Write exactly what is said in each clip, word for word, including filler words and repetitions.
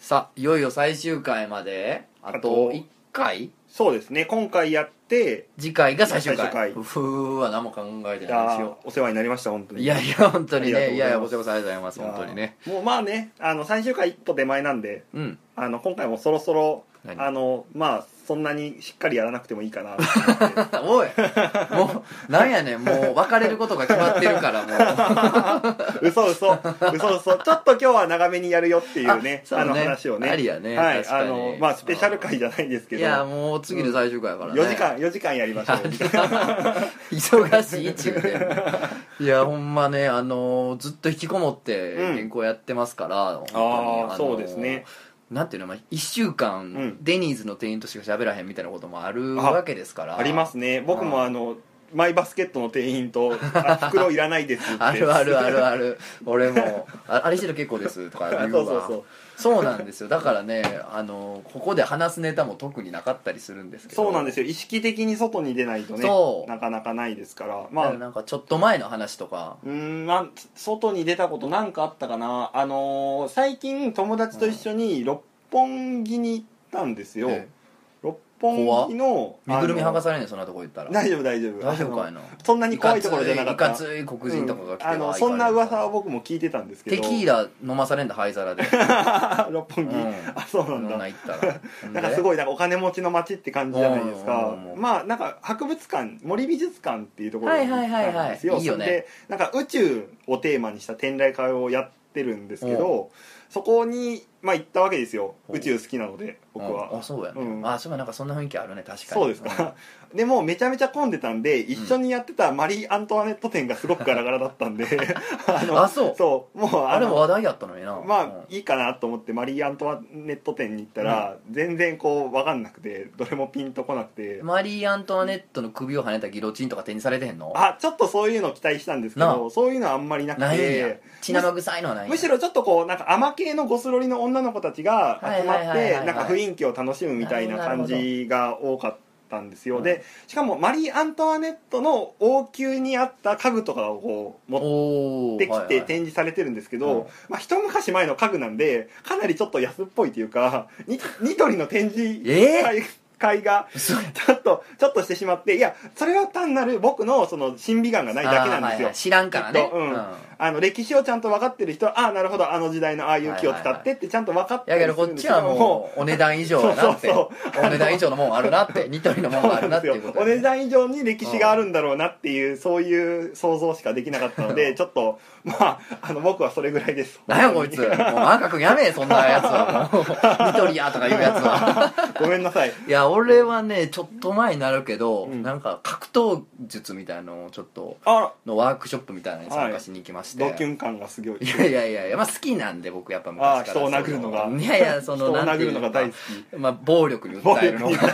さあいよいよ最終回まであといっかい。 そうですね、今回やって次回が最終回。 最終回ふーは何も考えてないですよ。 お世話になりました本当に。 いやいや本当にね、いやいやごごちそうさまでございます。本当にね。 もうまあね、あの最終回一歩手前なんで、 うん、 あの今回もそろそろ何あのまあそんなにしっかりやらなくてもいいかなと思っておいもうなんやねん、もう別れることが決まってるからもう嘘嘘嘘嘘ちょっと今日は長めにやるよっていうね、 あ, あ、 あの話をね、 ありやね、 はい、 確かにあのまあスペシャル回じゃないですけど、 いやもう次で最終回やからね、 よじかんよじかんやりましょう忙しいっちゅうねいやほんまね、あのーずっと引きこもって原稿やってますから、うん、本当にああ、 のーそうですね、 なんていうの、まあ、いっしゅうかん、 うん、 デニーズの店員としか喋らへんみたいなこともあるわけですから。 あ, ありますね。僕もあのマイバスケットの店員と袋いらないですってあるあるあるある俺もああれしてる結構ですとか言うわそうそうそう、 そうなんですよ。だからね、あのここで話すネタも特になかったりするんですけど、 そうなんですよ、意識的に外に出ないとね、 そうなかなかないですから。 まあまあなんかちょっと前の話とか、 うーん、まあ、外に出たことなんかあったかな。あのー、最近友達と一緒に六本木に行ったんですよ、 ええ、 六本木の身ぐるみ剥がされんねん、そんなとこ行ったら。 大丈夫大丈夫大丈夫かいな。 そんなに怖いところじゃなかった。 いかつい黒人とかが来て、 うん、あのそんな噂は僕も聞いてたんですけど、 テキーラ飲まされんだ灰皿で六本木、うん、あ、そうなんだ。 行ったらなんかすごいなんかお金持ちの街って感じじゃないですか。 うん、 まあなんか博物館、森美術館っていうところなんですよ。 いいよね。 でなんか宇宙をテーマにした展覧会をやってるんですけど、そこにまあ行ったわけですよ。宇宙好きなので僕は。 あ、そうやね、うん、あ、そういなんかそんな雰囲気あるね、確かに。 そうですか、うん、でもめちゃめちゃ混んでたんで、一緒にやってたマリー・アントワネット展がすごくガラガラだったんであのあ、そうそうもう あ, あれも話題やったのにな。 まあ、うん、いいかなと思ってマリー・アントワネット展に行ったら、うん、全然こう分かんなくて、どれもピンとこなくて。 マリー・アントワネットの首をはねたギロチンとか手にされてへんの？ あ、ちょっとそういうの期待したんですけど、そういうのはあんまりなくて、 血生臭いのはない。 むしろちょっとこうなんか甘系のゴスロリの女の子たちが集まってなんか雰囲気を楽しむみたいな感じが多かったんですよ、うん、でしかもマリー・アントワネットの王宮にあった家具とかをこう持ってきて展示されてるんですけど、はいはい、まあ、一昔前の家具なんでかなりちょっと安っぽいというか、ニ, ニトリの展示会、えー会がちょっとちょっとしてしまって、いやそれは単なる僕のその審美眼がないだけなんですよ、 はいはい、知らんからね、 うんうん、あの歴史をちゃんと分かってる人は、ああなるほど、あの時代のああいう木を使ってってちゃんと分かってるんですけど、 やけどこっちはもうお値段以上だなってそうそうそうお値段以上のもんあるなってニトリのもんがあるなっていうこと、ね、 お値段以上に歴史があるんだろうなっていう、そういう想像しかできなかったのでちょっとまああの僕はそれぐらいです。 何やこいつ、もうマカ君やめえ、そんなやつはもうニトリやとかいうやつはごめんなさい。 いや俺はねちょっと前になるけど、うん、なんか格闘術みたいなのをちょっとのワークショップ、まあ、みたいなのに参加しに行きまして、 はい、ドキュン感がすごい。 いやいやいやいや、まあ、好きなんで僕やっぱ昔から、 あ、人を殴るのが、 いやいやその人を殴るのが大好き、 まあ、暴力に訴えるのが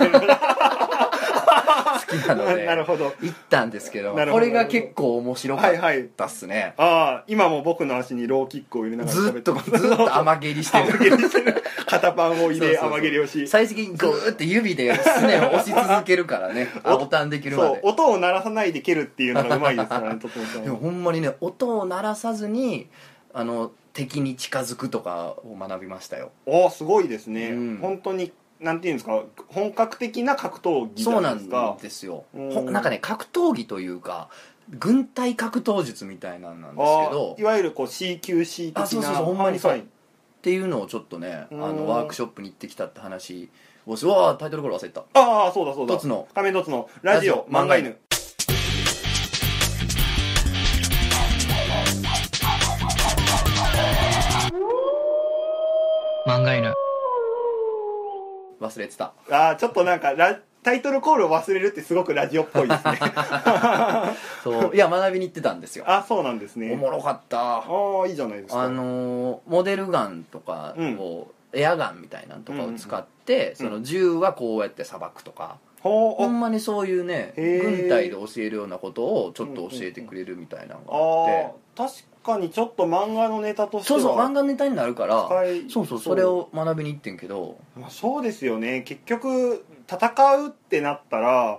好きなのでなるほど行ったんですけど、これが結構面白かったっすね、はいはい、 ああ今も僕の足にローキックを入れながらずっとずっと甘蹴りしてる甘蹴りしてる肩パンを入れ甘蹴りをし、 最終的にグーって指ですねを押し続けるからねボタンできるまで。 そう音を鳴らさないで蹴るっていうのがうまいですからねとても。 でもほんまにね、音を鳴らさずにあの敵に近づくとかを学びましたよ。 おーすごいですね、うん、本当になんていうんですか、本格的な格闘技じゃないですか。 そうなんですよ、なんかね格闘技というか軍隊格闘術みたいなんなんですけど、 いわゆるこう シーキューシー 的な、 あ、そうそうそう、ほんまにそう、はい、っていうのをちょっとね、あのワークショップに行ってきたって話をし、うわータイトルコール忘れた。 ああそうだそうだ、 一つの仮面凸のラジオ漫画犬。 漫画犬忘れてた。 ああちょっとなんかラタイトルコールを忘れるってすごくラジオっぽいですねそういや学びに行ってたんですよ。 あ、そうなんですね。 おもろかった。 ああいいじゃないですか。 あのー、モデルガンとかを、うん、エアガンみたいなのとかを使って、うん、その銃はこうやってさばくとか、うん、ほんまにそういうね軍隊で教えるようなことをちょっと教えてくれるみたいなのがあって、うんうんうん、あ確かにちょっと漫画のネタとしてはそうそう漫画ネタになるからそうそうそれを学びに行ってんけど、 まあ、そうですよね。結局戦うってなったら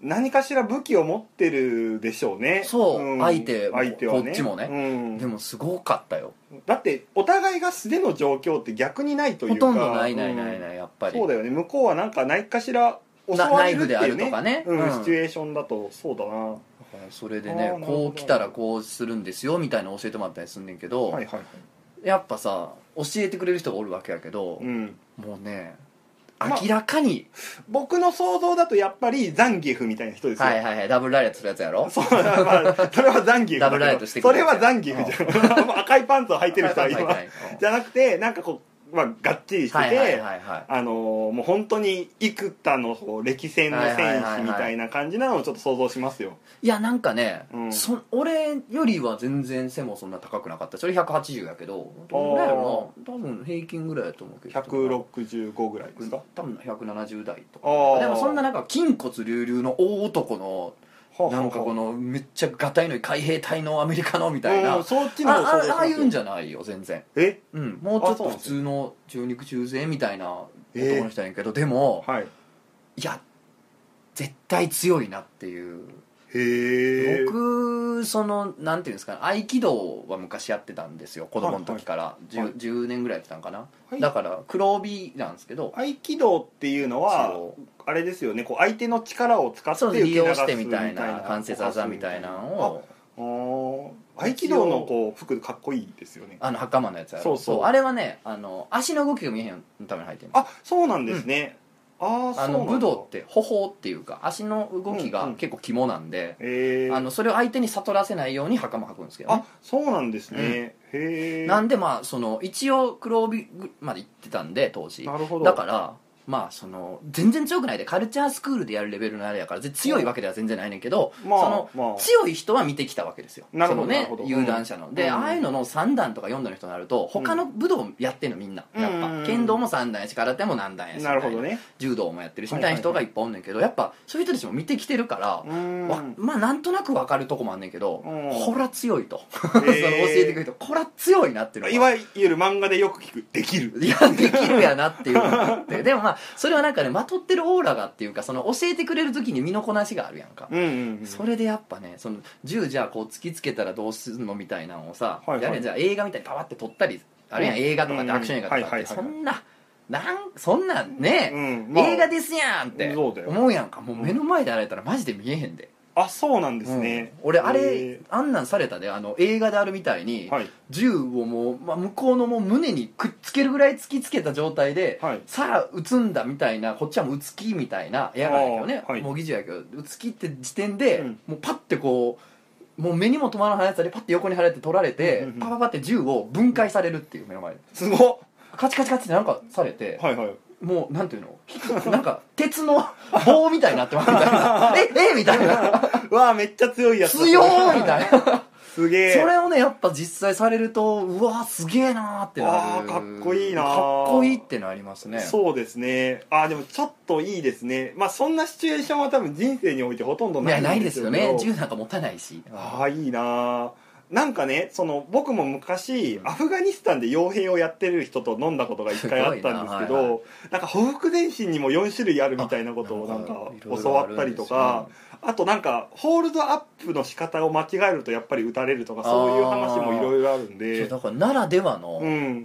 何かしら武器を持ってるでしょうね。 そう、 うん、 相手相手は、ね、こっちもね、 うん、 でもすごかったよ。 だってお互いが素手の状況って逆にないというか、 ほとんどないないないない、やっぱりそうだよね。向こうはなんか何かしら襲われるっていう、ね、ナイフであるとかね、うん、シチュエーションだとそうだな。 それでね、こう来たらこうするんですよみたいな教えてもらったりすんねんけど、はいはいはい、やっぱさ教えてくれる人がおるわけやけど、うん、もうね明らかに、 まあ、僕の想像だとやっぱりザンギエフみたいな人ですよ。 はいはいはい、ダブルライアットするやつやろ。 そう、まあ、それはザンギエフだけどダブルライアットしてくれる、それはザンギエフじゃん赤いパンツを履いてる人は今じゃなくて、なんかこうまあ、がっちりしてて、はいはいはいはい、あのー、もう本当に幾多の歴戦の戦士みたいな感じなのをちょっと想像しますよ。 いやなんかね、うん、そ俺よりは全然背もそんな高くなかった。それひゃくはちじゅうやけど、どんぐらいやろな、多分平均ぐらいやと思うけどひゃくろくじゅうごぐらいですか。 多分ひゃくななじゅう代とか。でもそんななんか筋骨隆々の大男のなんかこのめっちゃガタイのいい海兵隊のアメリカのみたいな、 そっちのあ, あ, ああいうんじゃないよ全然。 え、 うん、もうちょっと普通の中肉中背みたいな男の人やねんけど、えー、でも、はい、いや絶対強いなっていう。 へ僕そのなんていうんですか、合気道は昔やってたんですよ子供の時から、はいはい、10, じゅうねんぐらいやってたんかな、はい、だから黒帯なんですけど、 合気道っていうのはあれですよね、こう相手の力を使って受け流す利用してみたいな関節技みたいなのを。あ合気道のこう服かっこいいですよね。 あの袴のやつやろ。 そうそう、 そうあれはね、あの足の動きが見えへんのために入ってる。 あそうなんですね、うん、ああの武道って歩法っていうか足の動きが結構肝なんで、うんうんえー、あのそれを相手に悟らせないように袴履くんですけどね。 あそうなんですね、うん、へえ。 なんでまあその一応黒帯まで行ってたんで当時。 なるほど。 だからまあその全然強くないでカルチャースクールでやるレベルのあれやから強いわけでは全然ないねんけど、まあ、その、まあ、強い人は見てきたわけですよ。 なるほど、 そのね、 なるほど、 有段者の、うん、で、ああいうののさん段とかよん段の人になると他の武道やってんのみんな、うん、やっぱ、うん、剣道もさん段やし空手も何段やし、 なるほどね、 柔道もやってるしみたいな人がいっぱいおんねんけど、やっぱそういう人たちも見てきてるから、うん、まあなんとなく分かるとこもあんねんけど、うん、こら強いと、えー、その教えてくれるとこら強いなっていうのがいわゆる漫画でよく聞くできるいやできるやなっていうのがあってでもまあそれはなんかねまとってるオーラがっていうか、その教えてくれる時に身のこなしがあるやんか、うんうんうん、それでやっぱねその銃じゃあこう突きつけたらどうするのみたいなのをさ、はいはい、やれじゃあ映画みたいにパワって撮ったりあるやん、うん、映画とかでアクション映画とかって、うんうん、そんななんそんなんね、うんまあ、映画ですやんって思うやんか。もう目の前でやられたらマジで見えへんで。 あそうなんですね、 うん、俺あれあんなんされたで、あの映画であるみたいに、はい、銃をもう、まあ、向こうのもう胸にくっつけるぐらい突きつけた状態で、はい、さあ撃つんだみたいな、こっちはもう撃つ気みたいなやがやけどね、はい、もう疑似やけど撃つ気って時点で、うん、もうパッてこうもう目にも止まらないやつでパッて横に張られて取られて、うんうんうん、パパパって銃を分解されるっていう目の前で。 すごっ。 カチカチカチってなんかされて、 はいはい、 もうなんていうのなんか鉄の棒みたいになってますみたいなええみたいなわあめっちゃ強いやつ強ーみたいなすげえ。 それをねやっぱ実際されるとうわーすげえなーってなる。 あーかっこいいなー、 かっこいいってなりますね。 そうですね。あーでもちょっといいですね。まあそんなシチュエーションは多分人生においてほとんどないんですよ。いやないですよね。銃なんか持たないし。ああいいなー。なんかね、その僕も昔、うん、アフガニスタンで傭兵をやってる人と飲んだことが一回あったんですけど、な、はいはい、なんかほふく前進にもよん種類あるみたいなことをなんか教わったりとか、あとなんかホールドアップの仕方を間違えるとやっぱり撃たれるとか、そういう話もいろいろあるんで、 だからならではの、うん、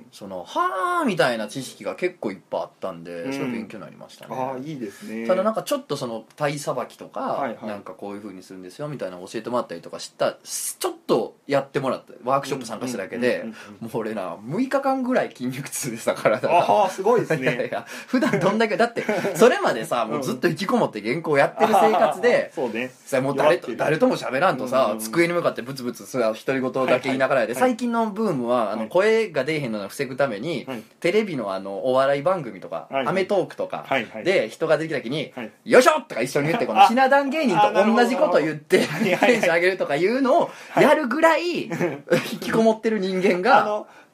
そのはーみたいな知識が結構いっぱいあったんで、うん、それ勉強になりましたね。 ああいいですね。 ただなんかちょっとその体さばきとか、はいはい、なんかこういう風にするんですよみたいなの教えてもらったりとかしたちょっとやってもらったワークショップ参加しただけで、もう俺なむいかかんぐらい筋肉痛でさ体が。 ああすごいですね。いやいや普段どんだけだってそれまでさもうずっと引きこもって原稿やってる生活で、 そうね、 もう誰と誰とも喋らんとさ、机に向かってブツブツ独り言だけ言いながらで、最近のブームはあの声が出えへんのを防ぐために、テレビのあのお笑い番組とか、アメトークとかで人が出てきた時に「よいしょ!」とか一緒に言って、このひな壇芸人と同じこと言ってテンション上げるとかいうのをやるぐらい引きこもってる人間が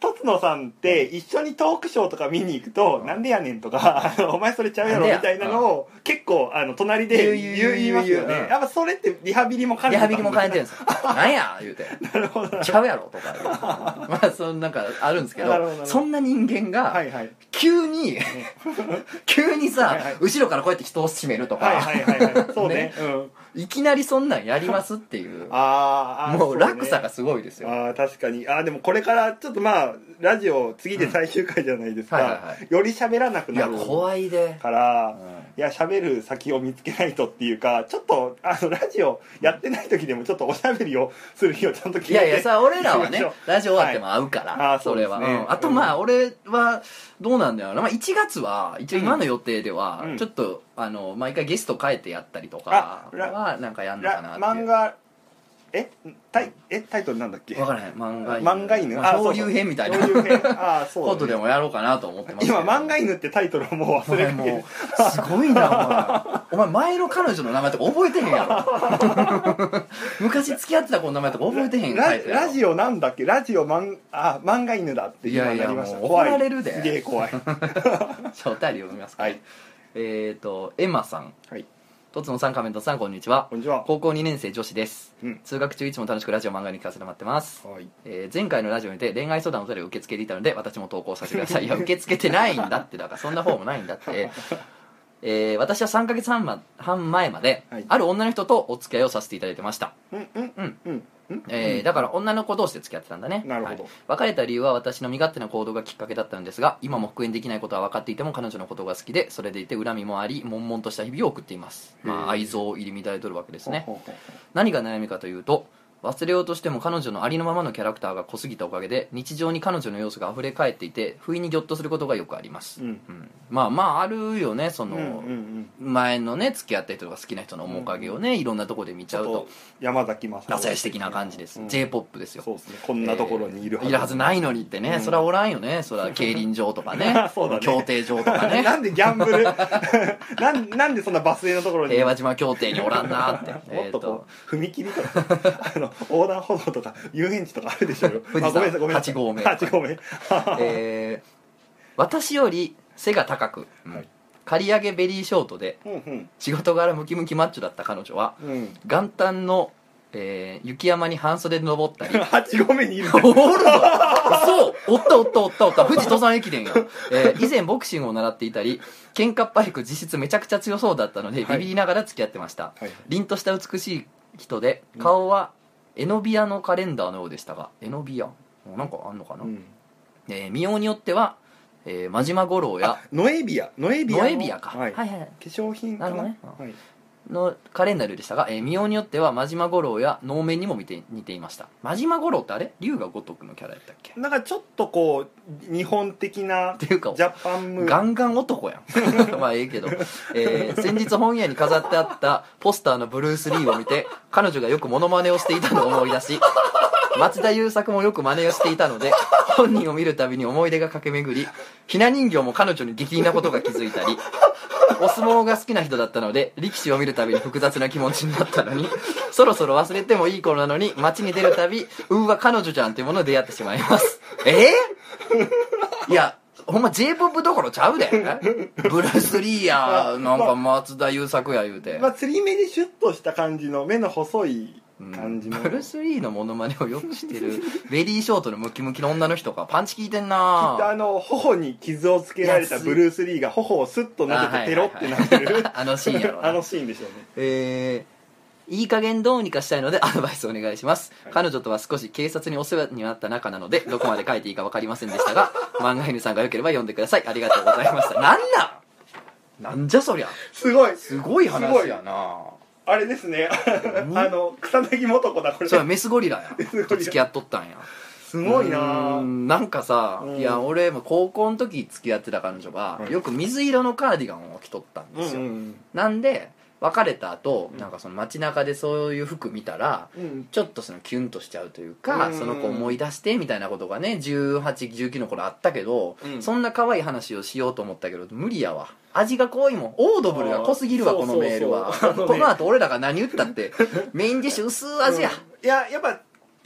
辰野さんって一緒にトークショーとか見に行くと、うん、なんでやねんとかお前それちゃうやろみたいなのを結構あの隣で言いますよね。やっぱそれってリハビリも兼ねてるリハビリも兼ねてるんですよなんや言うてなるほどちゃうやろとかまあそのなんかあるんですけど、そんな人間が急に、はいはい、急にさ、はいはい、後ろからこうやって人を締めるとか、はいはいはいはい、そうね、ね、うん、いきなりそんなんやりますっていうあもう落差がすごいですよ。 ああ確かに。あでもこれからちょっとまあラジオ次で最終回じゃないですか、うんはいはいはい、より喋らなくなるから、いや怖いでから、うん、いや喋る先を見つけないとっていうか、ちょっとあのラジオやってない時でもちょっとおしゃべりをする日をちゃんと決めて、 いやいやさ俺らはねラジオ終わっても会うから、はい、あそれは、ねうん、あとまあ、うん、俺はどうなんだろうな、まあ、いちがつは一応今の予定ではちょっと、うん、あの毎回ゲスト変えてやったりとかはなんかやんのかなっていう。 漫画えタイえタイトルなんだっけ分からない漫画犬漫画犬、 まあ、漂流編みたいなあそう、ね、ことでもやろうかなと思ってますけど、 今漫画犬ってタイトルをもう忘れてもうすごいなお前お前前の彼女の名前とか覚えてへんやろ昔付き合ってた子の名前とか覚えてへんラ, ラジオなんだっけラジオマンあ漫画犬だって今なりました。いやいやもう怒られるですげえ怖い招待読みますか、はい、えっ、ー、とエマさん、はいとつのさんカメントさんこんにちは。 こんにちは。 高校にねん生女子です、うん、通学中いつも楽しくラジオ漫画に聞かせてもらってます、はいえー、前回のラジオにて恋愛相談のお便りを受け付けていたので私も投稿させてくださいいや受け付けてないんだってだからそんな方もないんだってえー、私はさんかげつはん、ま、半前まで、はい、ある女の人とお付き合いをさせていただいてました。うんうんうんうんえー、だから女の子同士で付き合ってたんだね。 なるほど、 はい、別れた理由は私の身勝手な行動がきっかけだったんですが、今も復縁できないことは分かっていても彼女のことが好きで、それでいて恨みもあり悶々とした日々を送っています。まあ愛憎入り乱れとるわけですね。何が悩みかというと、忘れようとしても彼女のありのままのキャラクターが濃すぎたおかげで日常に彼女の要素が溢れ返っていて不意にギョッとすることがよくあります、うんうん、まあまああるよねその、うんうんうん、前のね付き合った人とか好きな人の面影をね、うんうん、いろんなところで見ちゃうと山崎まさよ朝的な感じです、うん、J-ポップ ですよ。 そうですね、こんなところにいるはず、 えー、いるはずないのにってね、うん、それはおらんよね。それは競輪場とかねそうだね競艇場とかねなんでギャンブルなん、なんでそんなバス停のところに平和島競艇におらんなってもっとこう踏切とかあの横断歩道とか遊園地とかあるでしょうよ富士山、あ、ごめんなさいごめんなさいはち合目はち合目えー、私より背が高く、はい、刈り上げベリーショートで、うんうん、仕事柄ムキムキマッチョだった彼女は、うん、元旦の、えー、雪山に半袖で登ったりはち合目にいるおるぞそうおったおったおったおった富士登山駅伝よ、えー、以前ボクシングを習っていたり喧嘩っ早く実質めちゃくちゃ強そうだったので、はい、ビビりながら付き合ってました、はいはい、凛とした美しい人で顔は、うんエノビアのカレンダーのようでしたが、エノビアなんかあんのかな、うんえー、見ようによっては、えー、真島五郎やノエビアノエビアノエビアか、 はい、はいはい化粧品かな、なるほどね、はい、 のカレンダーでしたが、えー、見ようによっては真島五郎や能面にも見て似ていました。真島五郎ってあれ龍が如くのキャラやったっけ。 なんかちょっとこう日本的なっていうかジャパンムーガンガン男やんまあええけど、えー、先日本屋に飾ってあったポスターのブルース・リーを見て彼女がよくモノマネをしていたのを思い出し松田優作もよく真似をしていたので本人を見るたびに思い出が駆け巡りひな人形も彼女に激似なことが気づいたりお相撲が好きな人だったので力士を見るたびに複雑な気持ちになったのにそろそろ忘れてもいい頃なのに街に出るたびうーわ彼女じゃんっていうものに出会ってしまいますえー、いやほんま J-ポップ どころちゃうでブルース・リーやなんか松田優作や言うて、 まあ、釣り目でシュッとした感じの目の細い感じの、 うん、ブルース・リーのモノマネをよくしてるベリーショートのムキムキの女の人がパンチ効いてんな。 きっとあの頬に傷をつけられたブルース・リーが頬をスッと撫でてペロってなってるあのシーンやろなあのシーンでしょうね。 えーいい加減どうにかしたいのでアドバイスお願いします、はい、彼女とは少し警察にお世話になった仲なのでどこまで書いていいか分かりませんでしたが漫画犬さんが良ければ読んでください。ありがとうございました。なんなんなんじゃそりゃすごいすごい話やな。 あれですねあの草薙素子だこれ。 そうメスゴリラや付き合っとったんや。 すごいな。 んなんかさ、いや俺も高校の時付き合ってた彼女が、うん、よく水色のカーディガンを着とったんですよ、うんうん、なんで別れた後、うん、なんかその街中でそういう服見たら、うん、ちょっとそのキュンとしちゃうというか、うん、その子思い出してみたいなことがねじゅうはち、じゅうきゅうの頃あったけど、うん、そんな可愛い話をしようと思ったけど無理やわ。味が濃いもん。オードブルが濃すぎるわこのメールは。この後俺らが何言ったってメインディッシュ薄味や、 うん、いややっぱ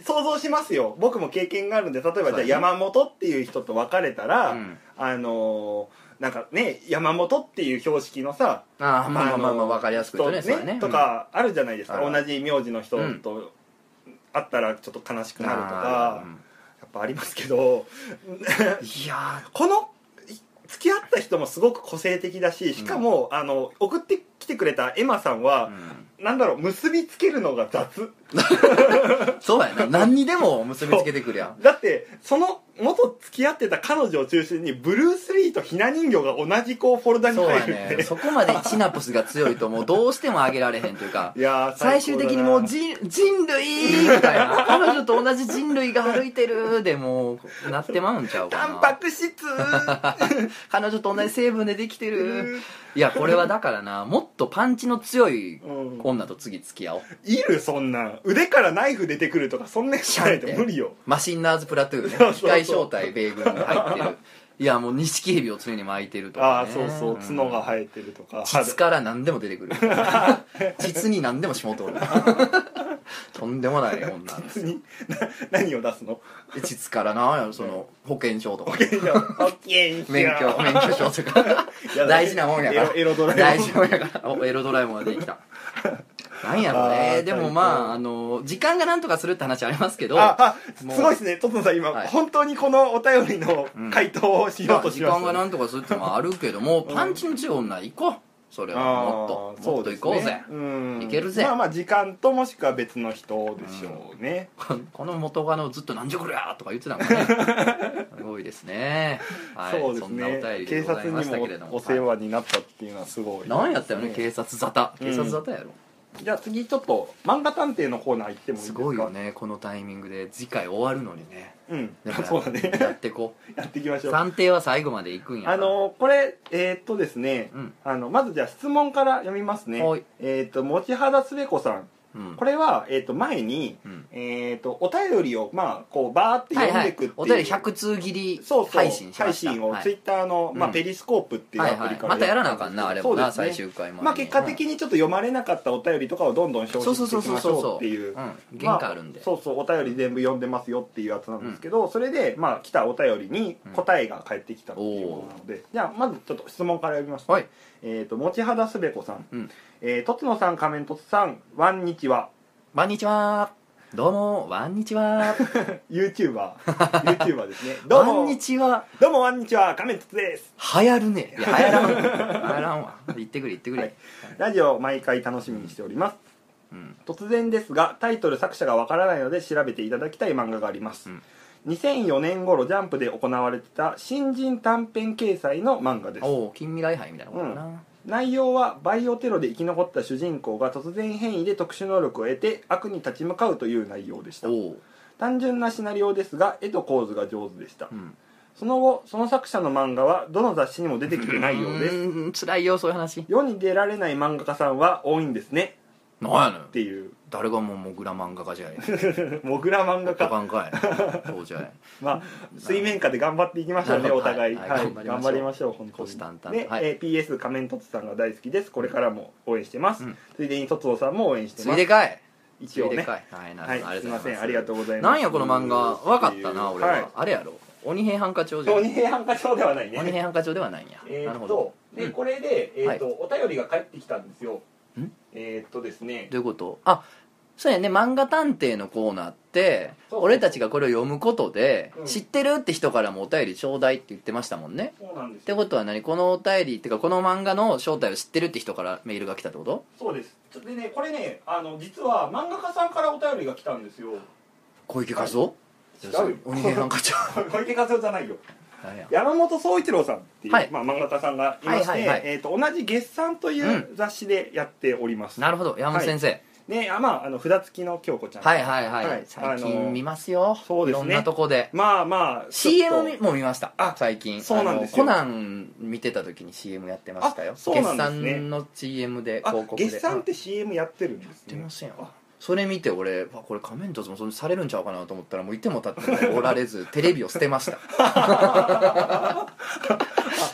想像しますよ。僕も経験があるんで、例えばじゃあ山本っていう人と別れたら、うん、あのー、なんかね山本っていう標識のさああまあまあまあ分かりやすく言うとね、 ね、とかあるじゃないですか、うん、同じ名字の人と会ったらちょっと悲しくなるとか、うん、やっぱありますけどいやこの付き合った人もすごく個性的だし、しかも、うん、あの送ってきてくれたエマさんは、うん、なんだろう結びつけるのが雑そうやな、何にでも結びつけてくるやん。 だってその元付き合ってた彼女を中心にブルース・リーとひな人形が同じこうフォルダに入るって、 そうやね、そこまでシナプスが強いともうどうしてもあげられへんというかいや最終的にもう人人類みたいな彼女と同じ人類が歩いてるでもうなってまうんちゃうかな。 タンパク質彼女と同じ成分でできてる。いやこれはだからな、もっとパンチの強い女と次付き合おう、 うん、いるそんなん腕からナイフ出てくるとかそんなんしないと無理よ。 マシンナーズプラトゥーンね、機械正体米軍に入ってるいやもう錦蛇を常に巻いてるとか、ね、 ああそうそう、角が生えてるとか、 膣から何でも出てくる膣に何でも下通るとんでもない女なんですよ。 に何を出すの？ 膣からな、その保険証とか保険証保険証免許免許証とか大事なもんやからエロドラえもん大事なもんやからおエロドラえもんができたなんやろね。でもまああの時間がなんとかするって話ありますけど、 ああすごいですね。とつのさん今、はい、本当にこのお便りの回答をしようとしました、ね、うん、時間がなんとかするってのもあるけども、パンチの強い女行こう。それはもっともっと行こうぜ、ね、うん、いけるぜ。 まあまあ時間ともしくは別の人でしょうね、 うん、この元カノずっとなんじゃこりゃーとか言ってたもんねすごいですね、はい、 そうですね。そんなお便りでございましたけれども、警察にもお世話になったっていうのはすごい、ね、 何やったよね警察沙汰警察沙汰やろ、 うん、じゃあ次ちょっと漫画探偵のコーナー行ってもいいですか。 すごいよねこのタイミングで次回終わるのにね。 うん、そうだね。 やってこう。やっていきましょう。 探偵は最後まで行くんや。 あのこれえー、っとですね、うん、あのまずじゃあ質問から読みますね。えー、っと持原すべこさん。うん、これは、えー、と前に、うん、えー、とお便りを、まあ、こうバーって読んでいくっていう、 はいはい、お便りひゃく通切り配信しました。 配信をツイッターの、まあ、ペリスコープっていうアプリから、はいはい、 またやらなあかんなあれもな、ね、最終回まで、 まあ、結果的にちょっと読まれなかったお便りとかをどんどん消費していきましょうっていう原価あるんで、 そうそうお便り全部読んでますよっていうやつなんですけど、うん、それで、まあ、来たお便りに答えが返ってきたっていうことなので、うん、じゃあまずちょっと質問から読みます、ね。はい、えー、と持原すべこさん、うん、えー、とつのさん仮面とつさんワンにちは。 こんにちは。どうも、こんにちは。 YouTuber。YouTuber ですね。どうも。 こんにちは。 どうも、こんにちは。仮面凸です。 流行るね。いや、流行らん。流行らんわ。言ってくれ、言ってくれ、はい。 ラジオ毎回楽しみにしております。うん、突然ですが、タイトル作者がわからないので調べていただきたい漫画があります。うん、にせんよねん頃ジャンプで行われてた新人短編掲載の漫画です。 おお、近未来杯みたいなことかな。うん、 内容はバイオテロで生き残った主人公が突然変異で特殊能力を得て悪に立ち向かうという内容でした。単純なシナリオですが絵と構図が上手でした。うん、その後その作者の漫画はどの雑誌にも出てきてないようです。 うん辛いよそういう話。 世に出られない漫画家さんは多いんですね。 なんやねんっていう。 誰がもうモグラ漫画家じゃいモグラ漫画家かかいそうじゃいまあ水面下で頑張っていきましょうねお互い、はいはいはい、頑張りましょう本当にで、はい、えー、ピーエス 仮面とつさんが大好きです。これからも応援してます、うん、ついでにとつおさんも応援してます。 ついでかい一応ねはい、 はい、すいませんありがとうございます。 なんやこの漫画分かったな俺は、はい、あれやろ鬼平犯科帳じゃん。 鬼平犯科帳ではないね。 鬼平犯科帳ではないんや。 えー、っとなるほど。で、うん、これで、えー、っと、はい、お便りが返ってきたんですよ。んえー、っとですねどういうこと？あそうやね、漫画探偵のコーナーって俺たちがこれを読むことで、うん、知ってるって人からもお便りちょうだいって言ってましたもんね。 そうなんです。 ってことは何、このお便りっていうかこの漫画の正体を知ってるって人からメールが来たってこと？ そうです。でねこれねあの実は漫画家さんからお便りが来たんですよ。 小池和夫？ 違うよ。 鬼平犯科帳小池和夫じゃないよ。山本総一郎さんっていう、はい、まあ、漫画家さんがいまして、はいはいはい、えー、と同じ月産という雑誌でやっております、 うん、なるほど山本先生、はい、 ね、あまああの札付きの京子ちゃん、 はいはいはい、はい、最近見ますよ。そうですね、いろんなとこでまあまあシーエム も見ました。あ最近そうなんですよ。 コナン見てた時に シーエム やってましたよ。 そうなんですね、 月産の シーエム で広告で月産って シーエム やってるんですね。 やってますよ。それ見て俺これ仮面凸もそれされるんちゃうかなと思ったらもういても立ってもおられずテレビを捨てました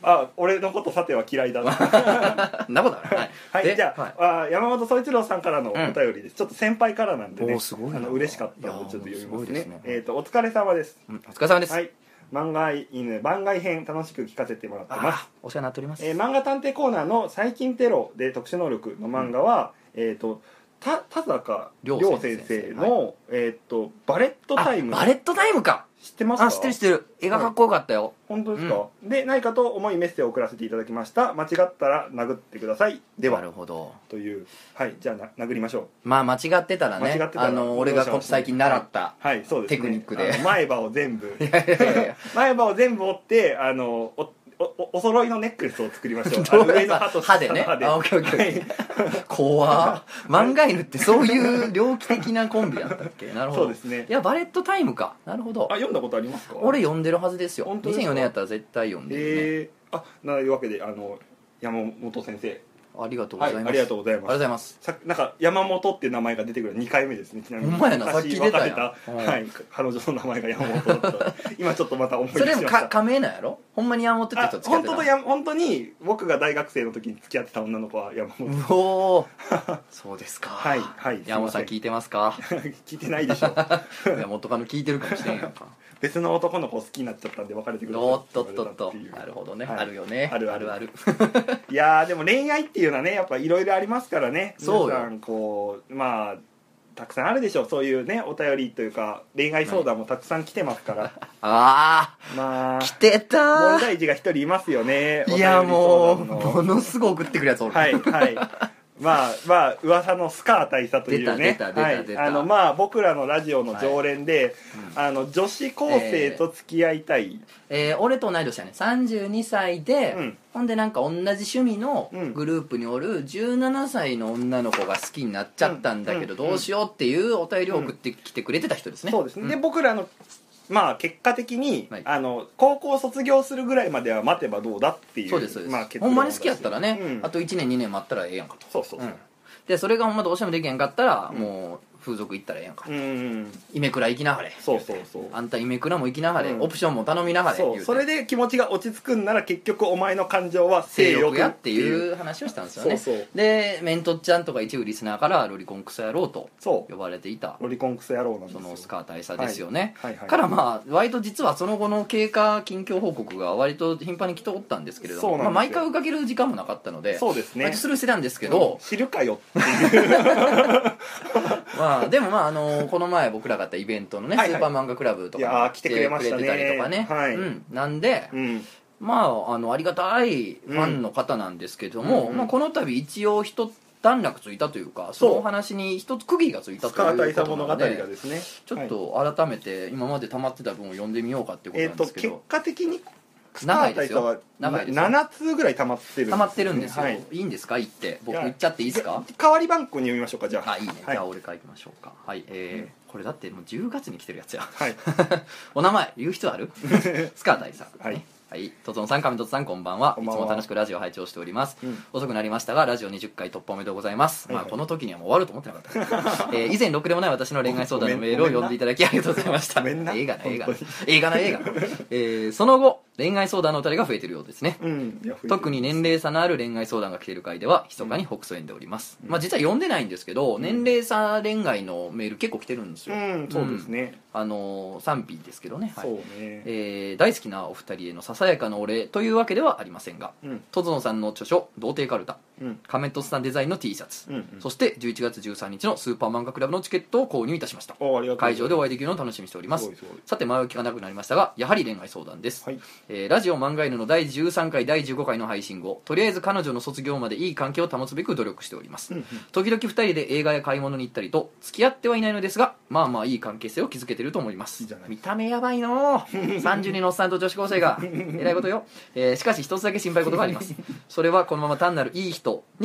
あ俺のことさては嫌いだななことあるはい、 はい、じゃあ、はい、あ山本宗一郎さんからのお便りです、うん、ちょっと先輩からなんでね、 すごいな、 あの嬉しかったのでちょっと読みますね。 すねえっ、ー、とお疲れ様です、 うん、お疲れ様です。 はい、漫画犬番外編楽しく聞かせてもらってます。 お世話になっております。 えー、漫画探偵コーナーの最近テロで特殊能力の漫画は、うん、えっ、ー、とた田坂亮先生の、はい、えっ、ー、とバレットタイム。 バレットタイムか。 知ってますか？ あ、知ってる知ってる。絵がかっこよかったよ。はい、 本当ですか、うん、で何かと思いメッセージを送らせていただきました。間違ったら殴ってください。では。 なるほど。 という、はい、じゃあな殴りましょう。 まあ間違ってたらね、たらあの俺が最近習った、はいはい、そうですね、テクニックで前歯を全部前歯を全部折ってあのおお, お揃いのネックレスを作りましょう。 上の歯と歯でね。歯であ、オッケーオッケー、はい、怖っ。漫画犬ってそういう猟奇的なコンビだったっけ？なるほど。 そうですね。 いやバレットタイムか。なるほど。 あ、読んだことありますか？ 俺読んでるはずですよ。 本当ですか？ にせんよねんやったら絶対読んでるね。 えー、あ、ないうわけであの山本先生。 ありがとうございます、はい、 ありがとうございます。ありがとうございます。 さなんか山本っていう名前が出てくるにかいめですね。ちなみにほんまやな、さっき出たやん。 はい、彼女の名前が山本だった今ちょっとまた思い出しました。 それもか仮名なんやろ？ほんまに山本って人付き合ってた。 本当とや本当に僕が大学生の時に付き合ってた女の子は山本。 うおそうですか。 はいはい。 山本さん聞いてますか？ 聞いてないでしょ山本かの聞いてるかもしれんやんか。 別の男の子好きになっちゃったんで別れてください。 おっとっとっと。なるほどね、はい、あるよね。 あるあるあるいやーでも恋愛っていうのはねやっぱいろいろありますからね。 そうよ。 皆さんこうまあたくさんあるでしょう。そういうねお便りというか恋愛相談もたくさん来てますから、 ああまあ来てたー。 問題児が一人いますよね。 いやもうものすごい送ってくるやつおる。 はいはいまあまあ噂のスカー大佐というね、あのまあ僕らのラジオの常連で、はいうん、あの女子高生と付き合いたい、 えーえー、俺と同い年やね。さんじゅうにさいで、うん、ほんでなんか同じ趣味のグループにおるじゅうななさいの女の子が好きになっちゃったんだけど、どうしようっていうお便りを送ってきてくれてた人ですね。 そうですね、 うん、 で僕らのまあ結果的に、はい、あの高校卒業するぐらいまでは待てばどうだっていう。 そうですそうです、 まあ、 ほんまに好きやったらね、うん、あといちねんにねん待ったらええやんかと。 そうそうそう、 うん、でそれがほんまどうしてもできへんかったら、うん、もう風俗行ったらええやんかと、うん、イメクラ行きなはれ。 そうそうそう、 あんたイメクラも行きなはれ、 うん、 オプションも頼みなはれ。 そうそれで気持ちが落ち着くんなら結局お前の感情は性欲やっていう話をしたんですよね。そうそうでメントちゃんとか一部リスナーからロリコンクソ野郎と呼ばれていたロリコンクソ野郎なんですよ。 そのスカー大佐ですよね、 はいはいはい、 からまあ割と実はその後の経過近況報告が割と頻繁に来ておったんですけれども、まあ、毎回追いかける時間もなかったのでそうですねスルーしてたんですけど、 うん、知るかよっていうまあでもまああのこの前僕らがやったイベントのね、はいはい、スーパー漫画クラブとか来てくれましたね。 来てくれてたりとかね、 はいうん、なんで、 うん、 まああのありがたいファンの方なんですけども、うんまあ、この度一応一段落ついたというかそのお話に一つ区切りがついたということなので、 スカー大佐物語がですね、 ちょっと改めて今まで溜まってた分を読んでみようかっていうことなんですけど、 えー、と結果的に長いですよ。 長いですよ。ななつぐらい溜まってるんです、ね、 溜まってるんですよ、 はい、 いいんですか言って僕言っちゃっていいですか。 代わり番号に読みましょうか。じゃああいいね、 はい、 じゃあ俺からいきましょうか。はい、えーうん、これだってもうじゅうがつに来てるやつや、 はい、 お名前言う必要あるスカー大佐、 はい、 はい、とつのさん上とつさんこんばんは。いつも楽しくラジオを拝聴しております、うん、遅くなりましたがラジオにじゅっかい突破おめでとうございます、はいはい、まあ、この時にはもう終わると思ってなかった、えー、以前ろくでもない私の恋愛相談のメールを読んでいただきありがとうございました。映画な映画な映画な映画な、えー、その後恋愛相談のお便りが増えているようですね、うん、特に年齢差のある恋愛相談が来ている回では密かにほくそ笑んでおります、うん、まあ、実は読んでないんですけど、うん、年齢差恋愛のメール結構来てるんですよ、 うん、そうですね、 うん、あのー、賛否ですけどね、はい、 そうね、 えー、大好きなお二人へのささやかなお礼というわけではありませんが、うん、とつのさんの著書童貞カルタ、うん、仮面とつさんデザインの T シャツ、うんうん、そしてじゅういちがつじゅうさんにちのスーパー漫画クラブのチケットを購入いたしました。会場でお会いできるのを楽しみにしております。さて前置きがなくなりましたがやはり恋愛相談です、はい、えー、ラジオ漫画犬のだいじゅうさんかいだいじゅうごかいの配信後とりあえず彼女の卒業までいい関係を保つべく努力しております、うんうん、時々ふたりで映画や買い物に行ったりと付き合ってはいないのですがまあまあいい関係性を築けていると思います。いい見た目やばいのさんじゅうにのおっさんと女子高生がえらいことよ、えー、しかし一つだけ心配事がありますそれはこのまま単なるいい人に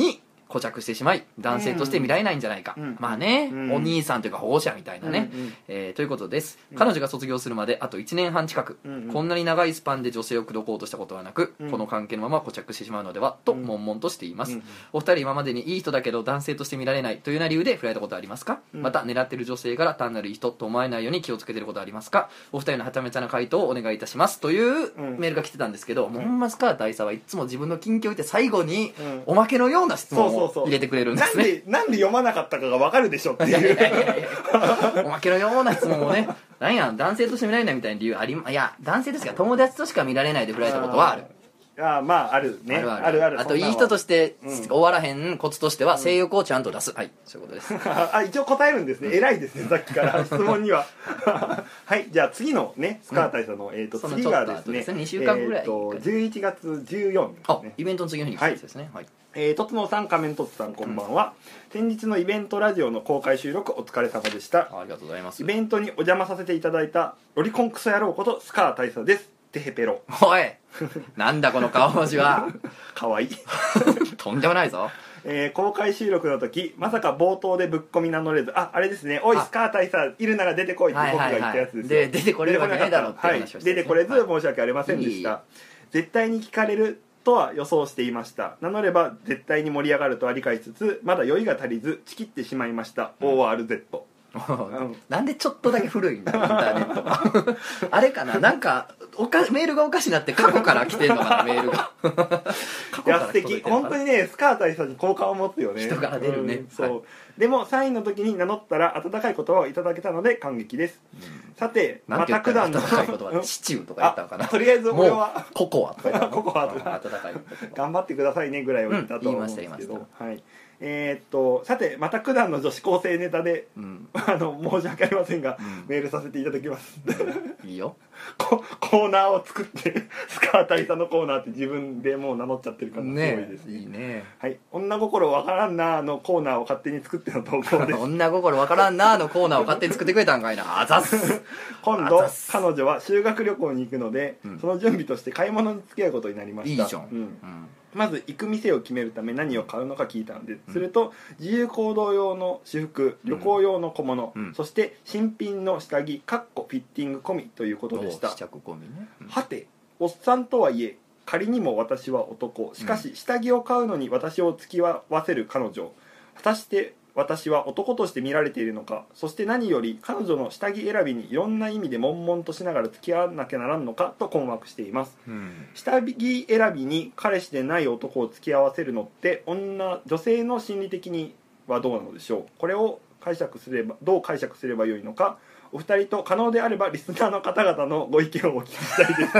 固着してしまい男性として見られないんじゃないか、うん、まあね、うん、お兄さんというか保護者みたいなね、うんうん、えー、ということです、うん、彼女が卒業するまであといちねんはん近く、うんうん、こんなに長いスパンで女性を口説こうとしたことはなく、うん、この関係のまま固着してしまうのではと悶々としています、うんうん、お二人今までにいい人だけど男性として見られないというような理由で振られたことはありますか、うん、また狙っている女性から単なるいい人と思われないように気をつけていることはありますか、お二人のはちゃめちゃな回答をお願いいたしますというメールが来てたんですけど、うん、もうほんまスカー大佐はいつも自分の近況を言って最後におまけのような質問を入れてくれるんですね。 そうそうそう、なんでなんで読まなかったかが分かるでしょっていういやいやいやいやおまけのような質問をね、なんや男性として見られないみたいな理由あり、いや男性ですが友達としか見られないで振られたことはある。 あまああるね、あるあるあるある。 あといい人として終わらへんコツとしては、うん、性欲をちゃんと出す、はいそういうことですあ一応答えるんですね、偉いですねさっきから質問にははいじゃあ次のねスカー大佐の、うん、えー、と次がですねですねにしゅうかんぐらい、 えー、とじゅういちがつじゅうよっか、ね、 あイベントの次の日に来たやつですね、はい、はいえー、とつのさん仮面とつさんこんばんは、うん、先日のイベントラジオの公開収録お疲れ様でした。 ありがとうございます。 イベントにお邪魔させていただいたロリコンクソ野郎ことスカー大佐です。テヘペロ。 おいなんだこの顔文字はかわいいとんでもないぞ。 えー、公開収録の時まさか冒頭でぶっ込み名乗れず、ああれですね、おいスカー大佐いるなら出てこいって僕が言ったやつですよ、 はいはいはい、で出てこれるわけないだろうって話をして、 はい、出てこれず申し訳ありませんでした、はい、絶対に聞かれるとは予想していました。名乗れば絶対に盛り上がるとは理解しつつまだ酔いが足りずチキってしまいました、うん、オーアールゼットなんでちょっとだけ古いんだインターネットがあれかな、なんかおかメールがおかしになって過去から来てんのかなメールがいや素敵、本当にねスカー大佐に好感を持つよね、 人から出るね、 うん、そう、 はい、 でもサインの時に名乗ったら温かい言葉をいただけたので感激です、うん、さてまた九段の温かい言葉でシチューとか言ったのかな、 とりあえず俺はココアとか言ったのココアとか温かい頑張ってくださいねぐらいを言ったと思うんですけど、うん、言いました言いました、はい、えー、っとさてまた九段の女子高生ネタで、うん、あの申し訳ありませんが、うん、メールさせていただきますいいよコーナーを作ってスカー大佐のコーナーって自分でもう名乗っちゃってる方すごいですね、 いいね、 はい、女心わからんなーのコーナーを勝手に作っての投稿です女心わからんなーのコーナーを勝手に作ってくれたんかいなあざっす今度彼女は修学旅行に行くので、うん、その準備として買い物に付き合うことになりました。 いいじゃん、うんうん、 まず行く店を決めるため何を買うのか聞いたんです、うん、すると自由行動用の私服、旅行用の小物、うん、そして新品の下着かっこフィッティング込みということでした。 試着込みね、 うん、はておっさんとはいえ仮にも私は男、しかし下着を買うのに私を付き合わせる彼女、果たして私は男として見られているのか、そして何より彼女の下着選びにいろんな意味で悶々としながら付き合わなきゃならんのかと困惑しています、うん、下着選びに彼氏でない男を付き合わせるのって女女性の心理的にはどうなのでしょう。これを解釈すればどう解釈すればよいのか、お二人と可能であればリスナーの方々のご意見をお聞きしたいです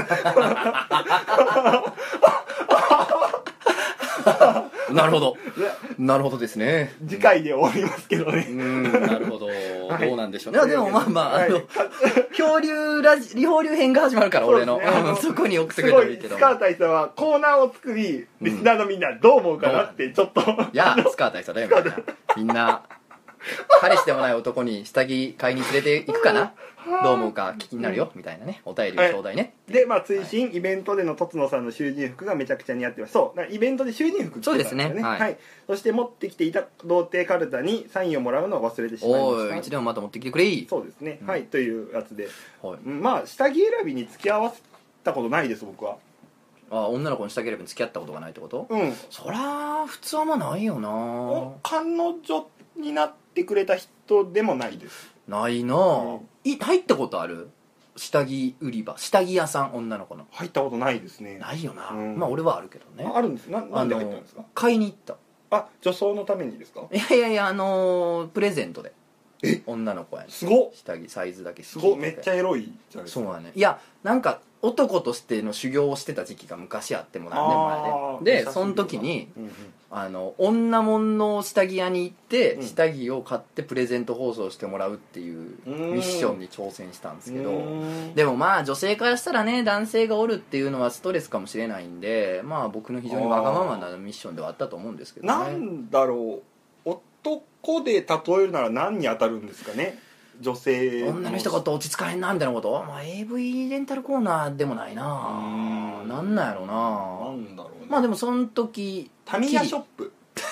なるほどなるほどですね。 次回で終わりますけどね。 うん、なるほど、はい、どうなんでしょうね。いやでもまあまあ、はい、あの漂流ラジ漂流編が始まるから俺の そ,、ね、うん、そこに送ってくれたらいいけど、 スカー大佐はコーナーを作りリスナーのみんなどう思うかなってちょっと、うん、 いやスカー大佐だよみんなみんな彼氏でもない男に下着買いに連れて行くかなどう思うか気になるよ、うん、みたいなねお便りをちょうだいね、 はい、でまあ追伸、はい、イベントでのとつのさんの囚人服がめちゃくちゃ似合ってます。そうイベントで囚人服着てたんですよね。そうですね、はいはい、そして持ってきていた童貞カルタにサインをもらうのを忘れてしまいました。 おいいつでもまた持ってきてくれ。 そうですね、うん、はいというやつで、はい、まあ下着選びに付き合わせたことないです僕は。 あ女の子の下着選びに付き合ったことがないってこと。 うん、 そりゃ普通はまあないよな。 彼女になってくれた人でもないです。 ないな、うん、い入ったことある下着売り場、下着屋さん、女の子の。 入ったことないですね。 ないよな、うん、まあ俺はあるけどね。 ああるんです。ななんで入ったんですか。 買いに行った。 あ女装のためにですか。 いやいやいやあのー、プレゼントで。え女の子やね。 すごっ。 下着サイズだけすごっ。めっちゃエロいじゃないですか。 そうだね。いやなんか男としての修行をしてた時期が昔あっても何年前ででその時に、うんうん、あの女物の下着屋に行って、うん、下着を買ってプレゼント包装してもらうっていうミッションに挑戦したんですけど、でもまあ女性からしたらね男性がおるっていうのはストレスかもしれないんで、まあ僕の非常にわがままなミッションではあったと思うんですけどね。 なんだろう男で例えるなら何に当たるんですかね。女性女の一言落ち着かへんなみたいなこと、まあ、エーブイ レンタルコーナーでもないな。なんなんやろな。 なんだろう、ね、 まあでもその時タミヤショップ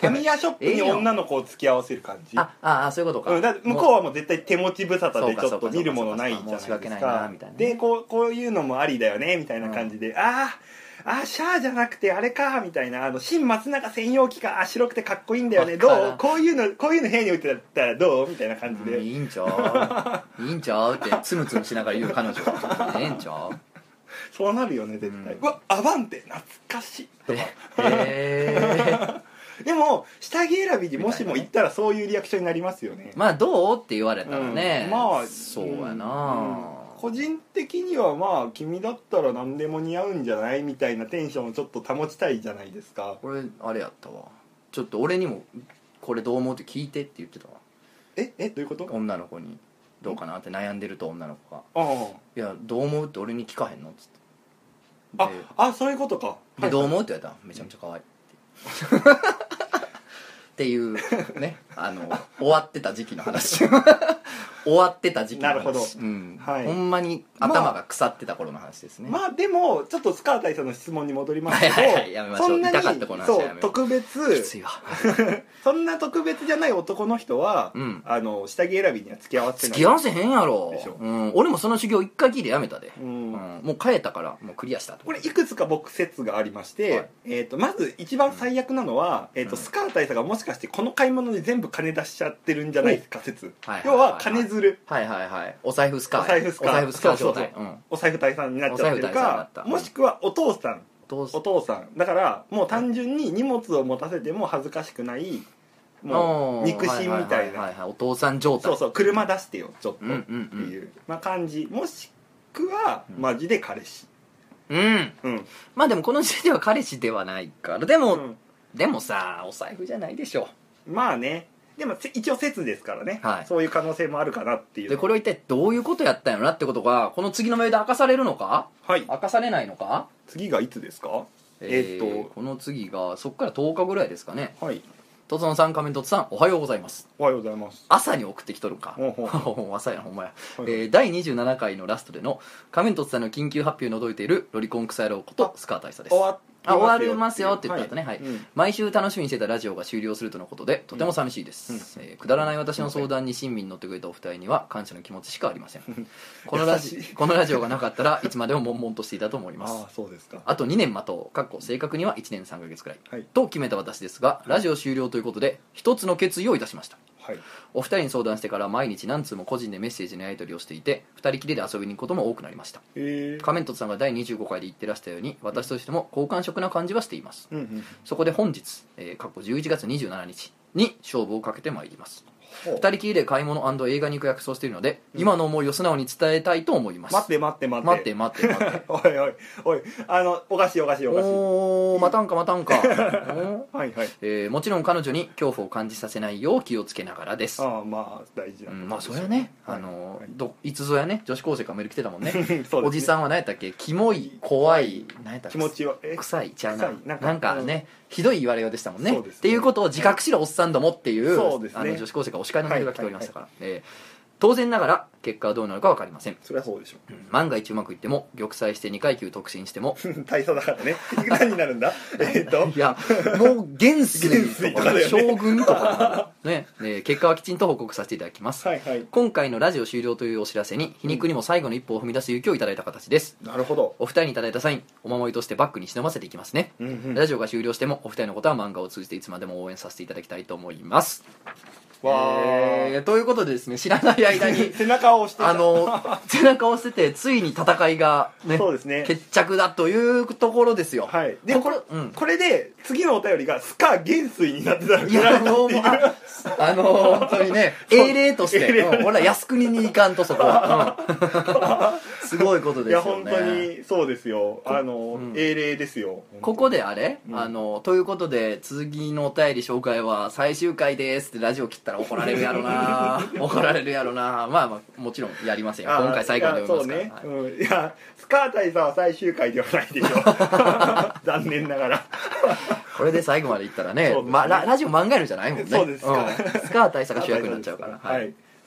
タミヤショップに女の子を付き合わせる感じ。 ああそういうことか、 うん、だ向こうはもう絶対手持ち無沙汰でちょっと見るものないじゃないですか。でこう、こういうのもありだよねみたいな感じで、うん、あああシャアじゃなくてあれかみたいな、あの新松永専用機か、白くてかっこいいんだよね、どうこういうのこういうの部屋に置いてたらどうみたいな感じで、 うん、いいんちゃういいんちゃうってツムツムしながら言う彼女がええんちゃう。 そうなるよね絶対、うん、うわアバンテ懐かしいとかへでも下着選びにもしも行ったらそういうリアクションになりますよね。 まあどうって言われたらね、 うん、まあそうやな、 うんうん個人的にはまあ君だったら何でも似合うんじゃないみたいなテンションをちょっと保ちたいじゃないですか。 これあれやったわ、ちょっと俺にもこれどう思うって聞いてって言ってたわ。 ええどういうこと？ 女の子にどうかなって悩んでると女の子がああいやどう思うって俺に聞かへんのっつって、 ああそういうことか。 で、はい、どう思うって言われたらめちゃめちゃ可愛いってっていうね、あの終わってた時期の話終わってた時期の話。なるほど、うんはい、ほんまに頭が腐ってた頃の話ですね。 まあ、まあでもちょっとスカー大佐の質問に戻りますけど、 はいはいはい、やめましょう。 そんなに痛かったこの話はやめよう。 特別きついわそんな特別じゃない男の人は、うん、あの下着選びには付き合わせない。 付き合わせへんやろでしょ、うん、俺もその修行一回きりやめたで、うんうん、もう変えたからもうクリアしたと。 これいくつか僕説がありまして、はい、えー、とまず一番最悪なのは、うん、えー、とスカー大佐がもしかしてこの買い物に全部金出しちゃってるんじゃないですか説、はいはいはいはい、要は金づる、 はいはいはい、お財布スカーお財布スカーお財布スカー状態、 そうそうそう、うん、お財布大佐になっちゃってるか、もしくはお父さんお父さんだからもう単純に荷物を持たせても恥ずかしくないもう肉親みたいなお父さん状態、 そうそう車出してよちょっとっていう、うんうんうん、まあ、感じ、もしくはマジで彼氏、 うん、うん、まあでもこの時点では彼氏ではないからでも、うん、でもさお財布じゃないでしょ。 まあね、でも一応説ですからね、はい、そういう可能性もあるかなっていう。 でこれは一体どういうことやったんやろなってことがこの次のメールで明かされるのか、はい、明かされないのか。 次がいつですか？ えー、っとこの次がそっからとおかぐらいですかね。はい。とつのさん、仮面とつさん、おはようございます。 おはようございます。 朝に送ってきとるか。ほうほうほう朝やなほんまや、はい、えー、だいにじゅうななかいのラストでの仮面とつさんの緊急発表に覗いているロリコン草野郎ことスカー大佐です。 終わあ終わりますよって言った後ね、はい、はい、うん、毎週楽しみにしてたラジオが終了するとのことでとても寂しいです、うん、えー、くだらない私の相談に親身に乗ってくれたお二人には感謝の気持ちしかありませんこのラジこのラジオがなかったらいつまでも悶々としていたと思います。 あ, そうですか。 あとにねん待とう、かっこ正確にはいちねんさんかげつくらい、はい、と決めた私ですが、ラジオ終了ということで一つの決意をいたしました。はい、お二人に相談してから毎日何通も個人でメッセージのやり取りをしていて二人きりで遊びに行くことも多くなりました。仮面凸さんがだいにじゅうごかいで言ってらしたように私としても好感触な感じはしています、うんうん、そこで本日、えー、過去じゅういちがつにじゅうしちにちに勝負をかけてまいります。二人きりで買い物&映画に行く約束をしているので、うん、今の思いを素直に伝えたいと思います。 待って待って待って待って待って待っておいおいおい、あのおかしいおかしいおかしい、 おー待たんか待たんかはいはい、 えー、もちろん彼女に恐怖を感じさせないよう気をつけながらです。 ああまあ大事な、 うん、まあそれはね、はい、あの、はい、どいつぞやね女子高生からメール来てたもんねね、おじさんは何やったっけ、キモい怖い何やったっけ、 気持ちは臭いちゃうな、 なんか、 なんかね、ひどい言われようでしたもん ね, ねっていうことを自覚しろおっさんどもっていう、そうですね、あの女子高生からお叱りのメールが来ておりましたから、はいはいはい、えー、当然ながら結果はどうなるか分かりません。 それはそうでしょう、 うん、万が一うまくいっても玉砕してにかい級特進しても大佐だからね何になるんだえっといやもう元帥とか、ね、将軍とかね、ね、結果はきちんと報告させていただきます、はいはい、今回のラジオ終了というお知らせに皮肉にも最後の一歩を踏み出す勇気をいただいた形です、 うん、なるほど。 お二人にいただいたサインお守りとしてバッグに忍ばせていきますね、うんうん、ラジオが終了してもお二人のことは漫画を通じていつまでも応援させていただきたいと思います。えー、ということでですね、知らない間に背中を押してた、 あの背中を押しててついに戦いが、ね、 そうですね、 決着だというところですよ。 はい、でこれ、うん、これで次のお便りがスカ元帥になってたらいやもうああのー、本当にね英霊として、うん、俺ら靖国に行かんとそこは、うん、すごいことですよね。 いや本当にそうですよ、あの、うん、英霊ですよ。 ここであれ、うん、あのということで次のお便り紹介は最終回ですってラジオ切ったら怒られるやろな怒られるやろな。まあまあもちろんやりませんよ、今回最後まで読みますから。 そうね、はい、うん、いやスカー大佐は最終回ではないでしょ残念ながらこれで最後までいったら ね, ね、ま、ラ, ラジオ漫画やるじゃないもんね。 そうですか、 うん、スカー大佐が主役になっちゃうから、 はい、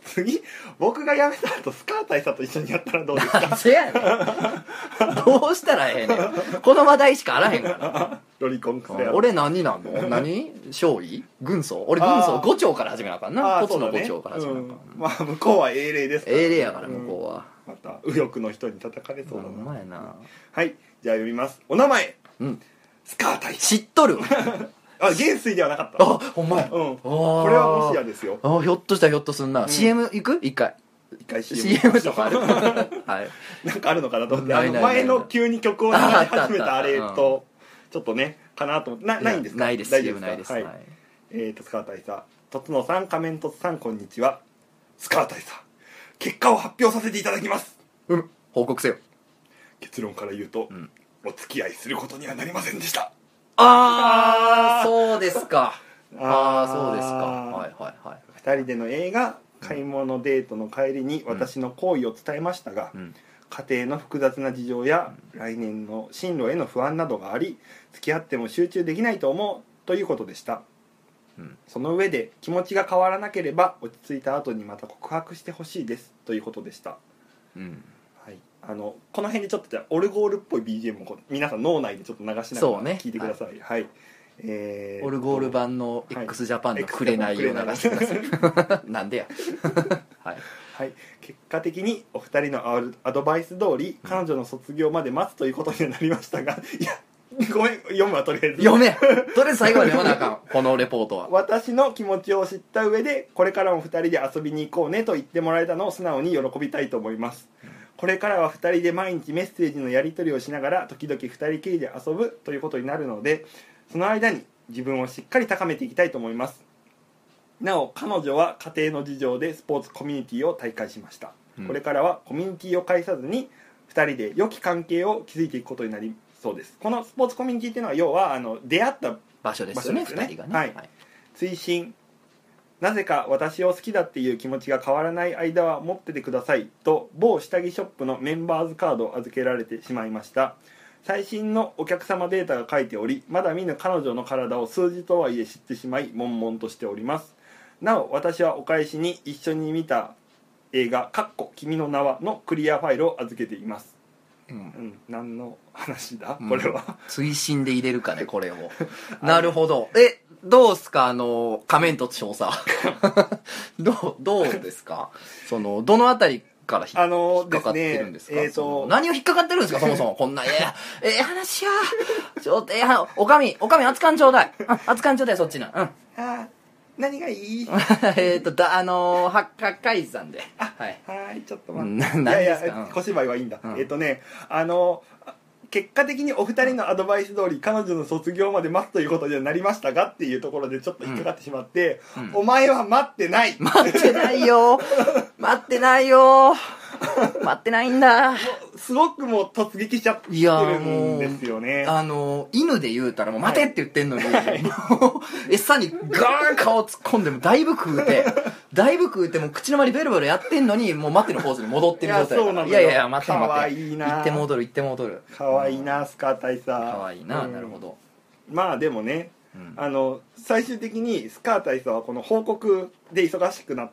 次僕が辞めた後スカー大佐と一緒にやったらどうですか？ せやねんどうしたらええねんこの話題しかあらへんからロリコンクスや俺何なんの何少尉軍曹俺軍曹ご丁から始めなあかんなこっちのご丁から始めなあかん、 うん、まあ向こうは英霊ですから英霊やから向こうは、 うん、また右翼の人に叩かれそうだな。 ほんまやな。 はいじゃあ読みます。お名前、 うん、 スカー大佐。 知っとるあ元帥ではなかった。 あほんまや、 うん、これはもしやですよ。 あひょっとしたらひょっとすんな、うん、シーエム 行く一回一回 シーエム とかあるはいなんかあるのかなと思ってあの前の急に曲を流し始めたあれとちょっとねかなと思ってなないんですか？ ないです。 シーエム ないです、 はい、えーとスカー大佐とつのさん仮面とつさんこんにちは。スカー大佐結果を発表させていただきます。 うん報告せよ。 結論から言うと、うん、お付き合いすることにはなりませんでした。 ああそうですか。ああそうですか。はいはいはい。 ふたりでの映画買い物デートの帰りに私の好意を伝えましたが、うん、家庭の複雑な事情や、うん、来年の進路への不安などがあり付き合っても集中できないと思うということでした、うん、その上で気持ちが変わらなければ落ち着いた後にまた告白してほしいですということでした、うんはい、あのこの辺でちょっとじゃあオルゴールっぽい ビージーエム を皆さん脳内でちょっと流しながら聞いてください、ね、はい、はいえー、 オルゴール版の x ジャパンのくれないを流してくださいなんでやはい、 はい、結果的にお二人のアドバイス通り彼女の卒業まで待つということになりましたがいやごめん読むわとりあえず読めとりあえず最後まで読まなあかんこのレポートは。 私の気持ちを知った上でこれからも二人で遊びに行こうねと言ってもらえたのを素直に喜びたいと思います、うん、これからは二人で毎日メッセージのやり取りをしながら時々二人きりで遊ぶということになるのでその間に自分をしっかり高めていきたいと思います。なお彼女は家庭の事情でスポーツコミュニティを退会しました、うん、これからはコミュニティを介さずにふたりで良き関係を築いていくことになりそうです。このスポーツコミュニティっていうのは要はあの出会った場所ですよね。ふたりがね、 はいはい、追伸なぜか私を好きだっていう気持ちが変わらない間は持っててくださいと某下着ショップのメンバーズカードを預けられてしまいました。最新のお客様データが書いておりまだ見ぬ彼女の体を数字とはいえ知ってしまい悶々としております。なお私はお返しに一緒に見た映画かっこ君の名はのクリアファイルを預けています、うんうん、何の話だこれは、うん、 追伸で入れるかねこれをなるほど。えどうすかあの仮面と調査どうどうですかそのどのあたりから引っかかってるんですか、あのですねえー、と何を引っかかってるんですかそもそもこんなええええ話やちょっとええおかみおかみ熱燗ちょうだい熱燗ちょうだいそっちなうんあ何がいいえっとだあのー、八海山であはいはいちょっと待って、 うん、いやいや小芝居はいいんだ、うん、えっ、ー、とねあの結果的にお二人のアドバイス通り彼女の卒業まで待つということにはなりましたがっていうところでちょっと引っかかってしまって、うんうん、お前は待ってない待ってないよ待ってないよ待ってないんだすごくもう突撃しちゃってるんですよね。 あの犬で言うたらもう待てって言ってんのに、はい、餌にガーン顔突っ込んでもだいぶ食うてだいぶ食うても口の周りベロベロやってんのにもう待てのポーズに戻ってる状態。いやそうなんだよ。いやいや待って待ってかわいいな行って戻る行って戻るかわいいなスカー大佐かわいいな、うん、なるほど。 まあでもねうん、あの最終的にスカー大佐はこの報告で忙しくなって、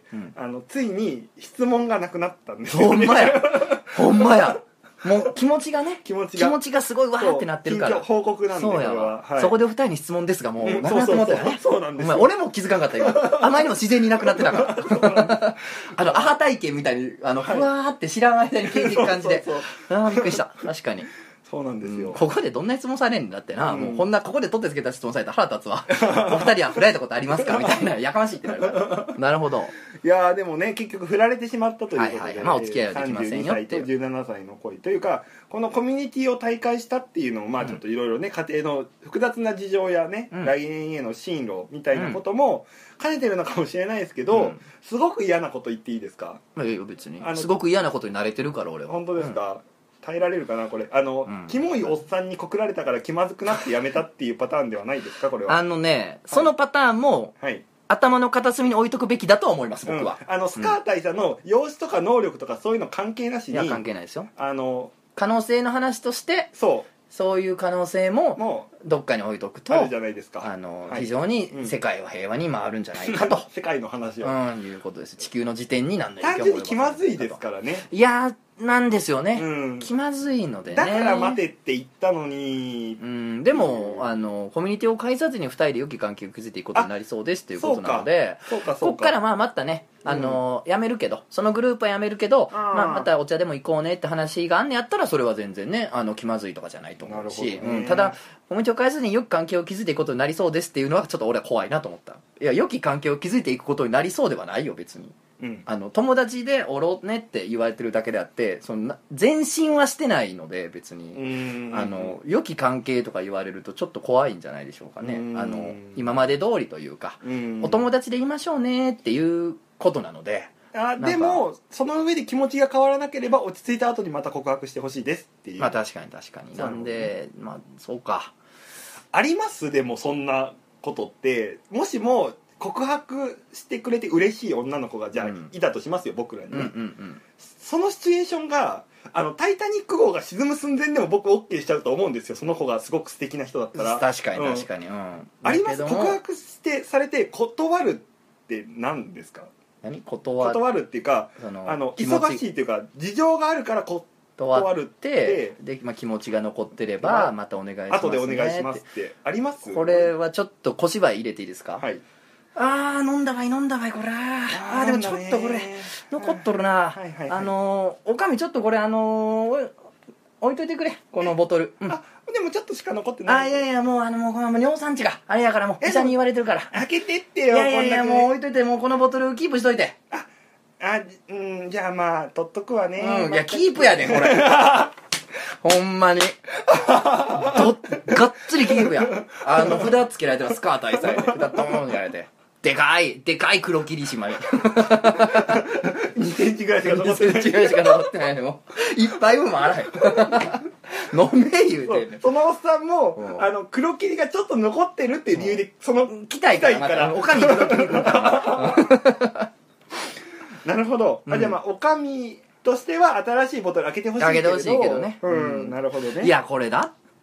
うん、あのついに質問がなくなったんですよね。 ほんまやほんまやもう気持ちがね気持ちが気持ちがすごいわーってなってるから報告なんでそうやわ、はい、そこでお二人に質問ですがもうなくなってもったよね。 そうなんですよ。 俺も気づかなかった今あまりにも自然になくなってたからあのアハ体験みたいにあの、はい、ふわーって知らん間に消えていく感じでそうそうそうあーびっくりした確かにそうなんですよ、 うん、ここでどんな質問されるんだってな、うん、もうこんなここで取ってつけた質問されたら腹立つわお二人は振られたことありますかみたいなやかましいってなるからなるほど。 いやでもね結局振られてしまったということで、はいはい、 まあお付き合いはできませんよっていうさんじゅうにさいとじゅうななさいの恋というかこのコミュニティを退会したっていうのもまあちょっといろいろね家庭の複雑な事情やね、うん、来年への進路みたいなことも兼ねてるのかもしれないですけど、うん、すごく嫌なこと言っていいですか。 いやいや別にすごく嫌なことに慣れてるから俺は。 本当ですか、うん耐えられるかなこれあの、うん、キモいおっさんに告られたから気まずくなってやめたっていうパターンではないですかこれは。 あのね、はい、そのパターンも、はい、頭の片隅に置いとくべきだと思います僕は、 うん、あのスカー大佐の容姿とか能力とかそういうの関係なしに、 いや関係ないですよ。 あの可能性の話としてそうそういう可能性もどっかに置いとくとあるじゃないですか。 あの、 はい、 非常に世界は平和に回るんじゃないかと、 世界の話を、 うん、いうことです。地球の時点に何の影響も単純に気まずいですからね。 いやなんですよね、 うん、 気まずいのでね。 だから待てって言ったのに、 うん、でも、うん、あのコミュニティを介さずにふたりで良き関係を築いていくことになりそうですっていうことなので、 そうかそうかそうか、 こっからまあまたね、あの、うん、辞めるけどそのグループは辞めるけど、まあ、またお茶でも行こうねって話があんねやったらそれは全然ね、あの気まずいとかじゃないと思うし、うん、ただコミュニティを介さずに良き関係を築いていくことになりそうですっていうのはちょっと俺は怖いなと思った。いや良き関係を築いていくことになりそうではないよ別に。うん、あの友達でおろねって言われてるだけであってその前進はしてないので別にあの良き関係とか言われるとちょっと怖いんじゃないでしょうかね。あの今まで通りというかお友達でいましょうねっていうことなので、 あでもその上で気持ちが変わらなければ落ち着いた後にまた告白してほしいですっていう。 まあ確かに確かになんで、まあそうかあります。でもそんなことってもしも告白してくれて嬉しい女の子がじゃあ、うん、いたとしますよ僕らにね、うんうんうん、そのシチュエーションがあのタイタニック号が沈む寸前でも僕 OK しちゃうと思うんですよ。その子がすごく素敵な人だったら。 確かに確かに、うんうん、あります。告白してされて断るって何ですか。 何断断るっていうかあの忙しいっていうか事情があるから断るってで、まあ、気持ちが残ってればまたお願いしますね後でお願いしますってあります。 これはちょっと小芝居入れていいですか。 はい。 あー飲んだばい飲んだばいこれあーでもちょっとこれ残っとるな、はいはいはいはい、あのー、おかみちょっとこれあのー、置いといてくれこのボトル、うん、 あでもちょっとしか残ってない。 あいやいやもうあのもうこの尿酸値があれやからもう医者に言われてるから開けてってよ。 いやいやいやもう置いといてもうこのボトルキープしといて。 ああうんじゃあまあ取っとくわね、 うん、いやキープやねんこれほんまにどがっつりキープやあの札つけられてるスカート愛されて札ドーンつけられてでかいでかい黒霧島ににセンチぐらいしか残ってないにセンチぐらいしか残ってないのいっぱい分もあらへん飲め言うてんねん。 そのおっさんもあの黒霧がちょっと残ってるっていう理由でその来たいから、ま、おかみ黒霧来るからなるほど、うん、あじゃあまあおかみとしては新しいボトル開けてほしいけど開けてほしいけどね、 うん、うん、なるほどね。 いやこれだって、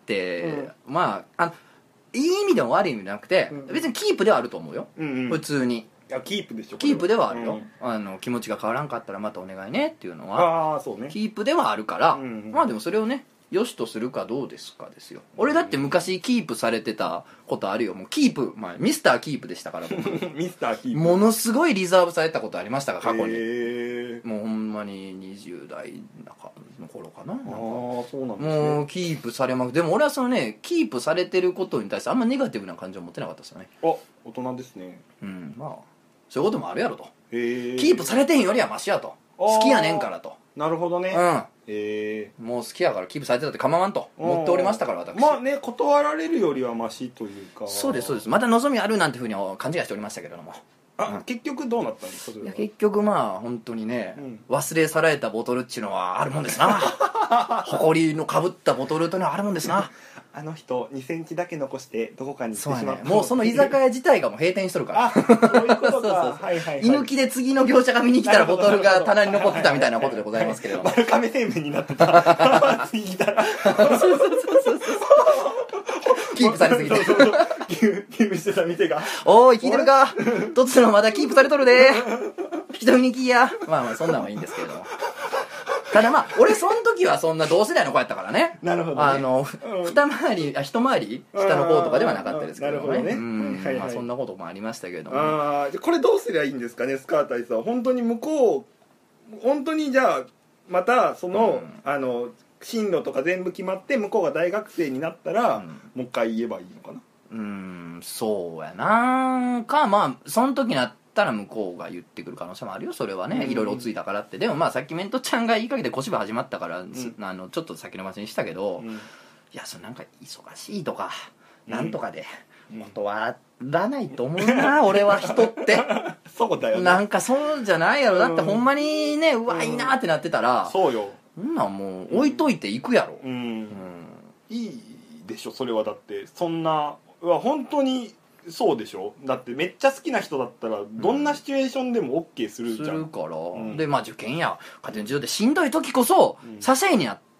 うん、まああのいい意味でも悪い意味でもなくて、うん、別にキープではあると思うよ、うんうん、普通に。 いやキープでしょ。 キープではあるよ、うん、あの気持ちが変わらんかったらまたお願いねっていうのはあそう、ね、 キープではあるから、 うんうん、 まあでもそれをねよしとするかどうですかですよ。俺だって昔キープされてたことあるよ。もうキープ、まあ、ミスターキープでしたからミスターキープものすごいリザーブされたことありましたが過去に。 へもうほんまににじゅう代中の頃かな。なんかあそうなんですね。 もうキープされまくでも俺はそのねキープされてることに対してあんまネガティブな感情を持ってなかったですよね。 あ大人ですね。 うんまあそういうこともあるやろと。 へキープされてへんよりはマシやと。好きやねんからと。 なるほどね。 うんえー、もう好きやからキープされてたって構わんと思っておりましたから私。 まあね断られるよりはマシというか。 そうですそうです。また望みあるなんてふうに勘違いしておりましたけれども。 あ、うん、結局どうなったんですかそれは。 いや結局まあ本当にね、うん、忘れ去られたボトルっちゅうのはあるもんですな埃のかぶったボトルというのはあるもんですなあの人にセンチだけ残してどこかに行ってしまった、 ね、もうその居酒屋自体がもう閉店しとるからあそういうことかそうそうそう、はいはいはい、 居抜きで次の業者が見に来たらボトルが棚に残ってたみたいなことでございますけれども、 丸亀製麺になってた次来たらそうそうそうそうキープされすぎてそうそうそうキープしてた店がおーい聞いてるかどっちのまだキープされとるで引き止めに来やまあまあそんなんはいいんですけれどもただまあ俺その時はそんな同世代の子やったからね。 なるほど、ね、 あの、うん、二回りあ一回り下の子とかではなかったですけどね。 なるほどね、 うんはいはいまあ、そんなこともありましたけれども。 ああこれどうすればいいんですかねスカータイさん。本当に向こう本当にじゃあまたその、うん、あの進路とか全部決まって向こうが大学生になったら、うん、もう一回言えばいいのかな。 うーんそうやなかまあその時になったら向こうが言ってくる可能性もあるよそれはね、うん、いろいろついたからって。でもまあさっきメントちゃんが言いかけて小芝始まったから、うん、あのちょっと先延ばしにしたけど、うん、いやそれなんか忙しいとか、うん、なんとかで断らないと思うな、うん、俺は人ってそうだよね。 なんかそうじゃないやろ。だってほんまにね、うん、うわいいなってなってたら、 そうよそんなんもう置いといていくやろ、 うんうん、いいでしょそれは。だってそんな本当にそうでしょ。だってめっちゃ好きな人だったらどんなシチュエーションでも OK するじゃん、 するから、 うん、 でまあ受験や家庭の授業でしんどい時こそ、うん、支えになっ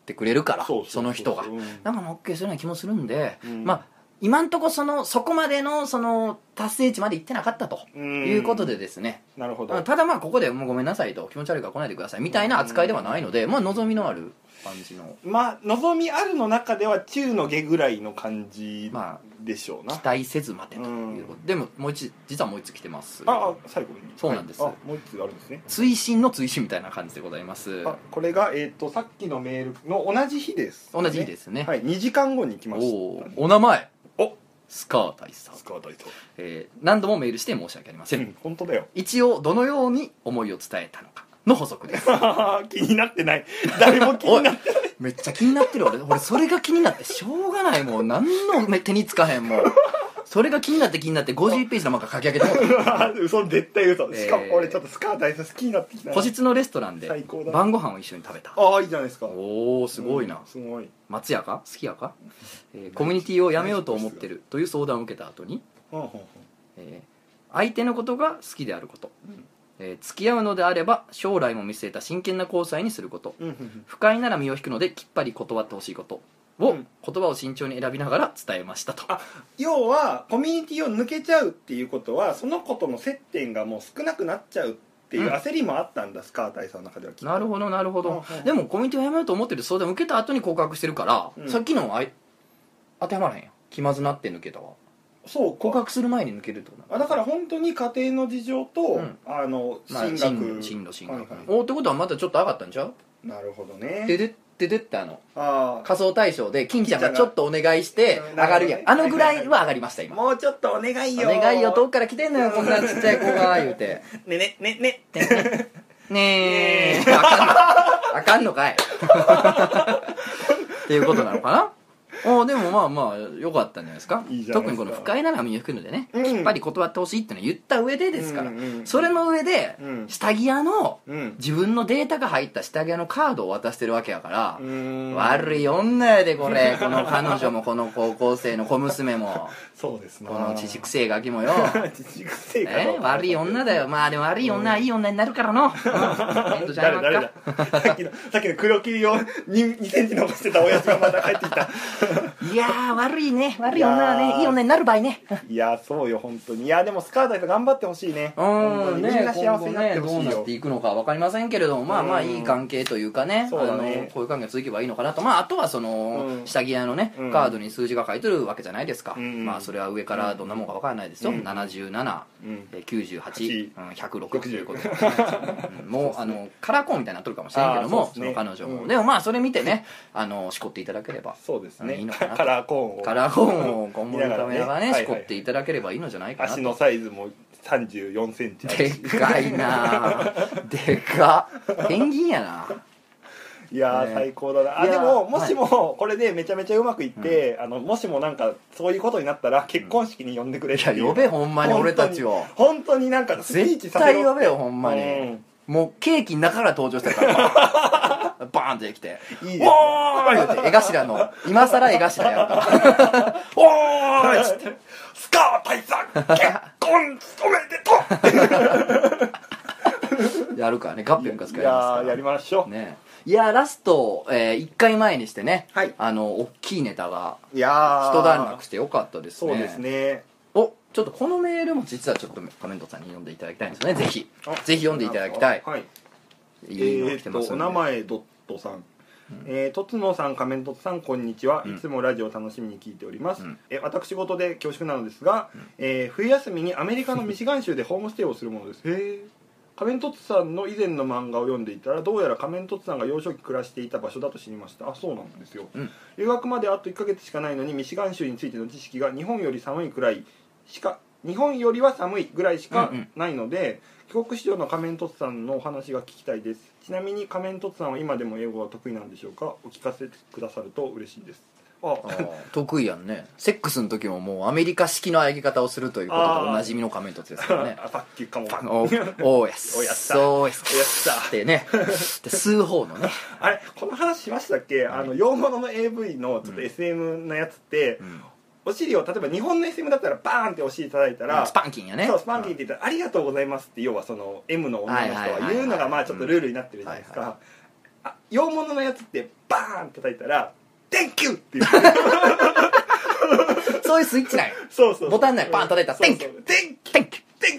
ってくれるから、 そうそうそうその人が、 うん、 だから OK するような気もするんで、 うん、 まあ今んとこそのそこまでのその達成値まで行ってなかったということでですね、 なるほど。 ただまあここでもうごめんなさいと、気持ち悪いから来ないでくださいみたいな扱いではないので、まあ望みのある感じの、 まあ望みあるの中では中の下ぐらいの感じでしょうな、 期待せず待てということ、うん、でももう一実はもう一つ来てます。 ああ最後にそうなんです、 はい、あもう一つあるんですね。 追伸の追伸みたいな感じでございます。 あこれが、えー、とさっきのメールの同じ日です、 ね、同じ日ですね、 はい、にじかんごに来ました、 ね、おお名前おスカー大佐、 スカー大佐、 えー、何度もメールして申し訳ありません、 うん、本当だよ。 一応どのように思いを伝えたのかの補足です気になってない、誰も気になってないめっちゃ気になってる俺俺それが気になってしょうがない、もう何の手につかへん、もうそれが気になって気になってごじゅうページの漫画書き上げてもらった嘘、絶対嘘、しかも俺ちょっとスカー大佐好きになってきた。 個室のレストランで晩ご飯を一緒に食べた。 ああいいじゃないですか。 おおすごいな、うん、 すごい。 松屋か好きやか、えー、コミュニティをやめようと思ってるという相談を受けた後に、えー、相手のことが好きであること、うんえー、付き合うのであれば将来も見据えた真剣な交際にすること、うんうんうん、不快なら身を引くのできっぱり断ってほしいことを、うん、言葉を慎重に選びながら伝えましたと。 あ要はコミュニティを抜けちゃうっていうことはその子との接点がもう少なくなっちゃうっていう焦りもあったんだ、うん、スカー大佐の中ではきっと。 なるほどなるほど、うんうん、でもコミュニティをやめようと思ってる相談を受けた後に告白してるから、うん、さっきのあい当てはまらへんやん。気まずなって抜けたわ。そう告白する前に抜けるってことあだから本当に家庭の事情と、うん、あの進学、 まあ、進路進学、はいはい、おってことはまたちょっと上がったんちゃう。 なるほどね。 ででででってあのあ仮想大賞で金ちゃんがちょっとお願いして上がるやん、ね、あのぐらいは上がりました今。 もうちょっとお願いよお願いよ、遠くから来てんのよこんなちっちゃい子が言うてねねねねねねえあかんのあかんのかいっていうことなのかな。おでもまあまあ良かったんじゃないですか。いいじゃないですか。特にこの不快なら身を引くのでね、うん、きっぱり断ってほしいってのは言った上でですから、うんうんうん、それの上で、うん、下着屋の、うん、自分のデータが入った下着屋のカードを渡してるわけやから、うん、悪い女やでこれこの彼女もこの高校生の小娘もそうですね、 この知識生ガキもよ知識生かえ悪い女だよ。まあでも悪い女はいい女になるからの、うん、 誰誰ださっきのさっきの黒霧を 2, 2センチ伸ばしてた親父がまた帰ってきたいやー悪いね、悪い女はねいい女になる場合ねいやそうよ本当に。いやでもスカー大佐頑張ってほしいね。 うんね、 みんな幸せになってほしいよ。 今後ねどうなっていくのか分かりませんけれども、まあまあいい関係というかね、そうだね、あのこういう関係が続けばいいのかなと。まああとはその、うん、下着屋のね、うん、カードに数字が書いてるわけじゃないですか、うん、まあそれは上からどんなもんか分からないですよ、うん、ななじゅうなな、うん、きゅうじゅうはち、うん、ひゃくろくということで、うん、もうあのカラーコーンみたいになっとるかもしれんけども、 そ, ね、その彼女も、うん、でもまあそれ見てねあのしこっていただければそうですね、 いいのかなと。 カラーコーンをカラーコーンを今後のためながらねしこっていただければいいのじゃないかなと。 足のサイズもさんじゅうよんセンチあるしでかいなでかっペンギンやな。 いやー、ね、最高だなあ。でももしもこれでめちゃめちゃうまくいって、はい、あのもしもなんかそういうことになったら結婚式に呼んでくれっていう、 いや呼べほんまに俺たちを本当になんかスピーチさせろって。 絶対呼べよほんまに、うん、もうケーキの中から登場したからバーンって来ていいですね、おーいって江頭の今更江頭やるからおーいっつってスカー大佐結婚おめでとうやるからね、ガッペンかつかやりますから。 いややりましょうね。いやラスト、えー、いっかいまえにしてね、 はい、 あの大きいネタがいや一段落してよかったですね。 そうですね。 おちょっとこのメールも実はちょっとコメントさんに読んでいただきたいんですよね。ぜひぜひ読んでいただきたい。はい、 いいの来てますんで。えー、っとお名前ドットさん、うんえー、とつのさん、仮面とつさん、こんにちは、うん、いつもラジオ楽しみに聞いております、うん、え私事で恐縮なのですが、うんえー、冬休みにアメリカのミシガン州でホームステイをするものです。へえ。仮面とつさんの以前の漫画を読んでいたらどうやら仮面とつさんが幼少期暮らしていた場所だと知りました。あ、そうなんですよ、うん、留学まであといっかげつしかないのにミシガン州についての知識が日本より寒いくらいしか日本よりは寒いぐらいしかないので、うんうん、帰国子女の仮面とつさんのお話が聞きたいです。ちなみに仮面とつさんは今でも英語が得意なんでしょうか。お聞かせくださると嬉しいです。ああ得意やんね。セックスの時ももうアメリカ式の歩き方をするということでおなじみの仮面とつですからね。 あさっきかもおーやすおやったそうやったってねで吸う方のねあれこの話しましたっけ、はい、あの洋物の エーブイ のちょっと エスエム なやつって、うんうんお尻を例えば日本の エスエム だったらバーンってお尻叩いたら、うん、 スパンキンやね。 そうスパンキンって言ったら、うん、ありがとうございますって要はその エム の女の人は言うのがまあちょっとルールになってるじゃないですか。 あ洋物のやつってバーン叩いたら「Thank you!」っていうそういうスイッチないそうそうそうボタンないパン叩いたら「Thank you! Thank you! Thank you!」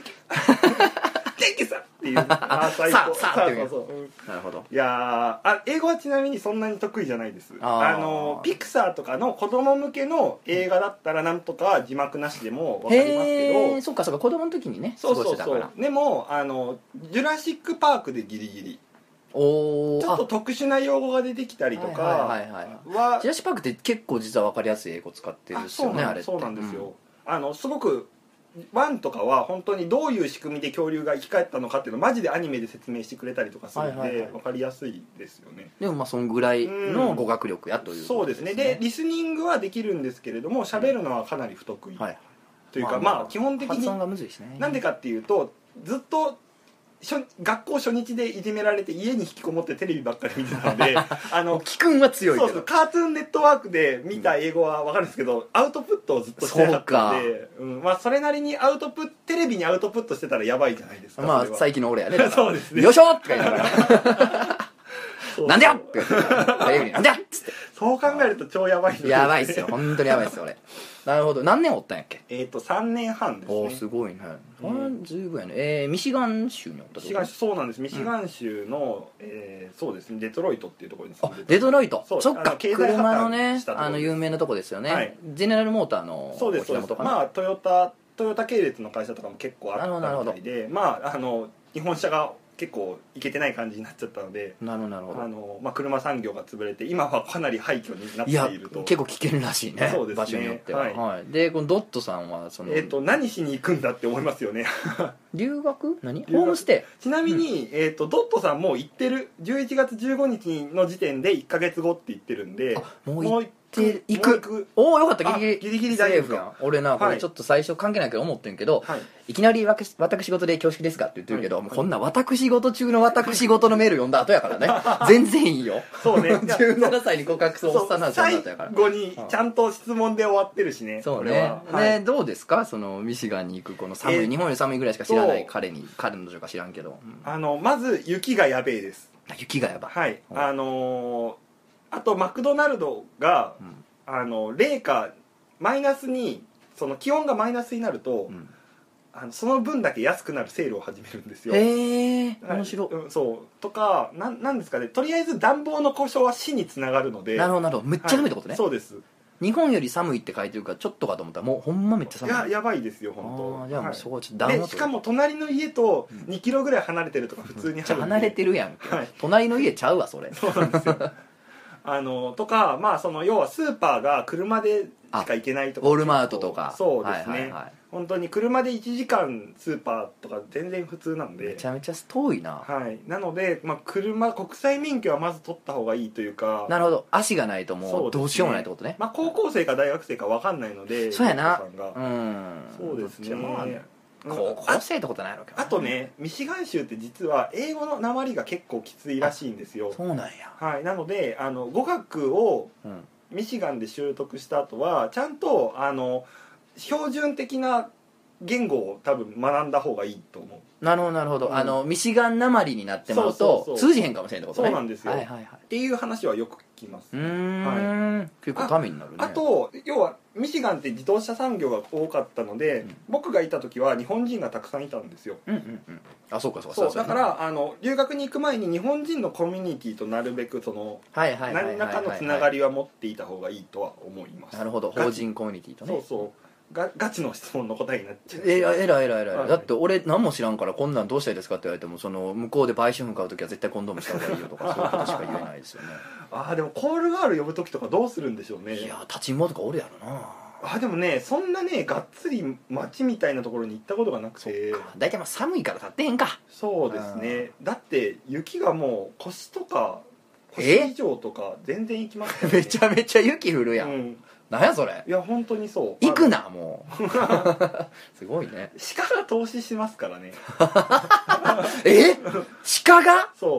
Thank you さんっていうあ最高さあさあっていうそうそうそう、うん、 なるほど。 いやあ英語はちなみにそんなに得意じゃないです。 ああのピクサーとかの子供向けの映画だったらなんとか字幕なしでも分かりますけど、 へえそうかそうか子供の時にねそうそう過ごしてたから。 そうでもあのジュラシック・パークでギリギリおーちょっと特殊な用語が出てきたりとかはいはいはいはいはジュラシックパークって結構実は分かりやすい英語使ってるんですよねあれって。 そうなんですよ、うん、あのすごくワンとかは本当にどういう仕組みで恐竜が生き返ったのかっていうのをマジでアニメで説明してくれたりとかするんで分かりやすいですよね。 でもまあそんぐらいの語学力やという、ね、 そうですね。でリスニングはできるんですけれども喋るのはかなり不得意、はい、というか、まあ、まあ基本的に発音がむずいしね。 なんでかっていうとずっと初学校初日でいじめられて家に引きこもってテレビばっかり見てたのであの聞くんは強いけどそうそうカートゥーンネットワークで見た英語は分かるんですけど、うん、アウトプットをずっとしてなかったんで う、うんまあ、それなりにアウトプテレビにアウトプットしてたらやばいじゃないですか。 まあ最近の俺やねそうですね。 よいしょって言いながらなんでよってテレビになんでよっつってそう考えると超やばい、ね、 やばいっすよ本当にやばいっすよ俺。なるほど。何年おったんやっけ。 えっとさんねんはんですね。 おーすごいね。あれずいぶんやね。えー、ミシガン州におったとこ。 ミシガン州そうなんです。ミシガン州の、うんえー、そうですねデトロイトっていうところに住んでて。デトロイト。そっか経済車のねあの有名なとこですよね、はい、ジェネラルモーターのそうですそうです。まあトヨタトヨタ系列の会社とかも結構あったみたいで、まああの日本車が結構いけてない感じになっちゃったので、 なるほどなるほど。 あの、まあ、車産業が潰れて今はかなり廃墟になっていると。 いや結構危険らしいね。 そうですね、 場所によっては、 はいはい、でこのドットさんはそのえっ、ー、と何しに行くんだって思いますよね留学何ホームステイちなみに、うん、えーと、ドットさんもう行ってるじゅういちがつじゅうごにちの時点でいっかげつごって言ってるんで、 もう行って行く。おおよかった。ギリギリギリギリ大丈夫やん。俺なこれちょっと最初関係ないけど思ってんけど、はい、いきなり私私事で恐縮ですがって言ってるけど、はい、もうこんな私事中の私事のメール読んだ後やからね全然いいよ。 そうねじゅうななさいに告白するおっさんなんて読んだ後やから最後にちゃんと質問で終わってるしね。 そうね、はい、ねどうですかそのミシガンに行くこの寒い、えー、日本より寒いぐらいしか知らない彼に彼の女か知らんけど、うん、 あのまず雪がやべえです。 雪がやばい。 はい、うん、あのー、あとマクドナルドが、うんあの零下マイナスにその気温がマイナスになると、うん、あのその分だけ安くなるセールを始めるんですよ。 へえ面白い、 うん、そうとかななんですかねとりあえず暖房の故障は死につながるので。 なるほどなるほどめっちゃ寒いってことね、 はい、そうです。 日本より寒いって書いてるからちょっとかと思ったらもうほんまめっちゃ寒い。 いややばいですよ本当。 じゃあもうそこちょっと暖房しかも隣の家とにキロぐらい離れてるとか普通にあるんで、うん、めっちゃ離れてるやん、はい、隣の家ちゃうわそれ。 そうなんですよあのとかまあその要はスーパーが車でしか行けないとかウォルマートとかそうですね、はいはいはい、本当に車でいちじかんスーパーとか全然普通なんでめちゃめちゃ遠いな、 はい、なので、まあ、車国際免許はまず取った方がいいというか。 なるほど足がないともうどうしようもないってことね。 まあ、高校生か大学生か分かんないのでそうやなうんそうですね高校生ってことないのかな。あとねミシガン州って実は英語の訛りが結構きついらしいんですよ。 そうなんや、 はい、なのであの語学をミシガンで習得した後はちゃんとあの標準的な言語を多分学んだ方がいいと思う。 なるほどなるほど、うん、あのミシガンなまりになってまうと通じへんかもしれんってことね。 そうなんですよ、 はいはいはい、 っていう話はよく聞きます。 うーん、はい、結構ためになるね。 あと要はミシガンって自動車産業が多かったので、うん、僕がいた時は日本人がたくさんいたんですよ。 うんうんうん、あそうかそうかそうだからあの留学に行く前に日本人のコミュニティとなるべくその何らかのつながりは持っていた方がいいとは思います。 なるほど法人コミュニティとね。 そうそうがガチの質問の答えになっちゃう。 えらいえらいえらいえらい、はい、だって俺何も知らんからこんなんどうしたいですかって言われてもその向こうで売春婦買う時は絶対コンドームした方がいいよとかそういうことしか言えないですよね。 ああでもコールガール呼ぶ時とかどうするんでしょうね。 いや立ちんぼとかおるやろな。 あでもねそんなねがっつり街みたいなところに行ったことがなくて。 大体まあ寒いから立ってへんか。 そうですね。だって雪がもう腰とか腰以上とか全然行きますね。めちゃめちゃ雪降るやん、うん、なんやそれ。 いや本当にそう行くなもうすごいね。 鹿が投資しますからね。 え鹿がそう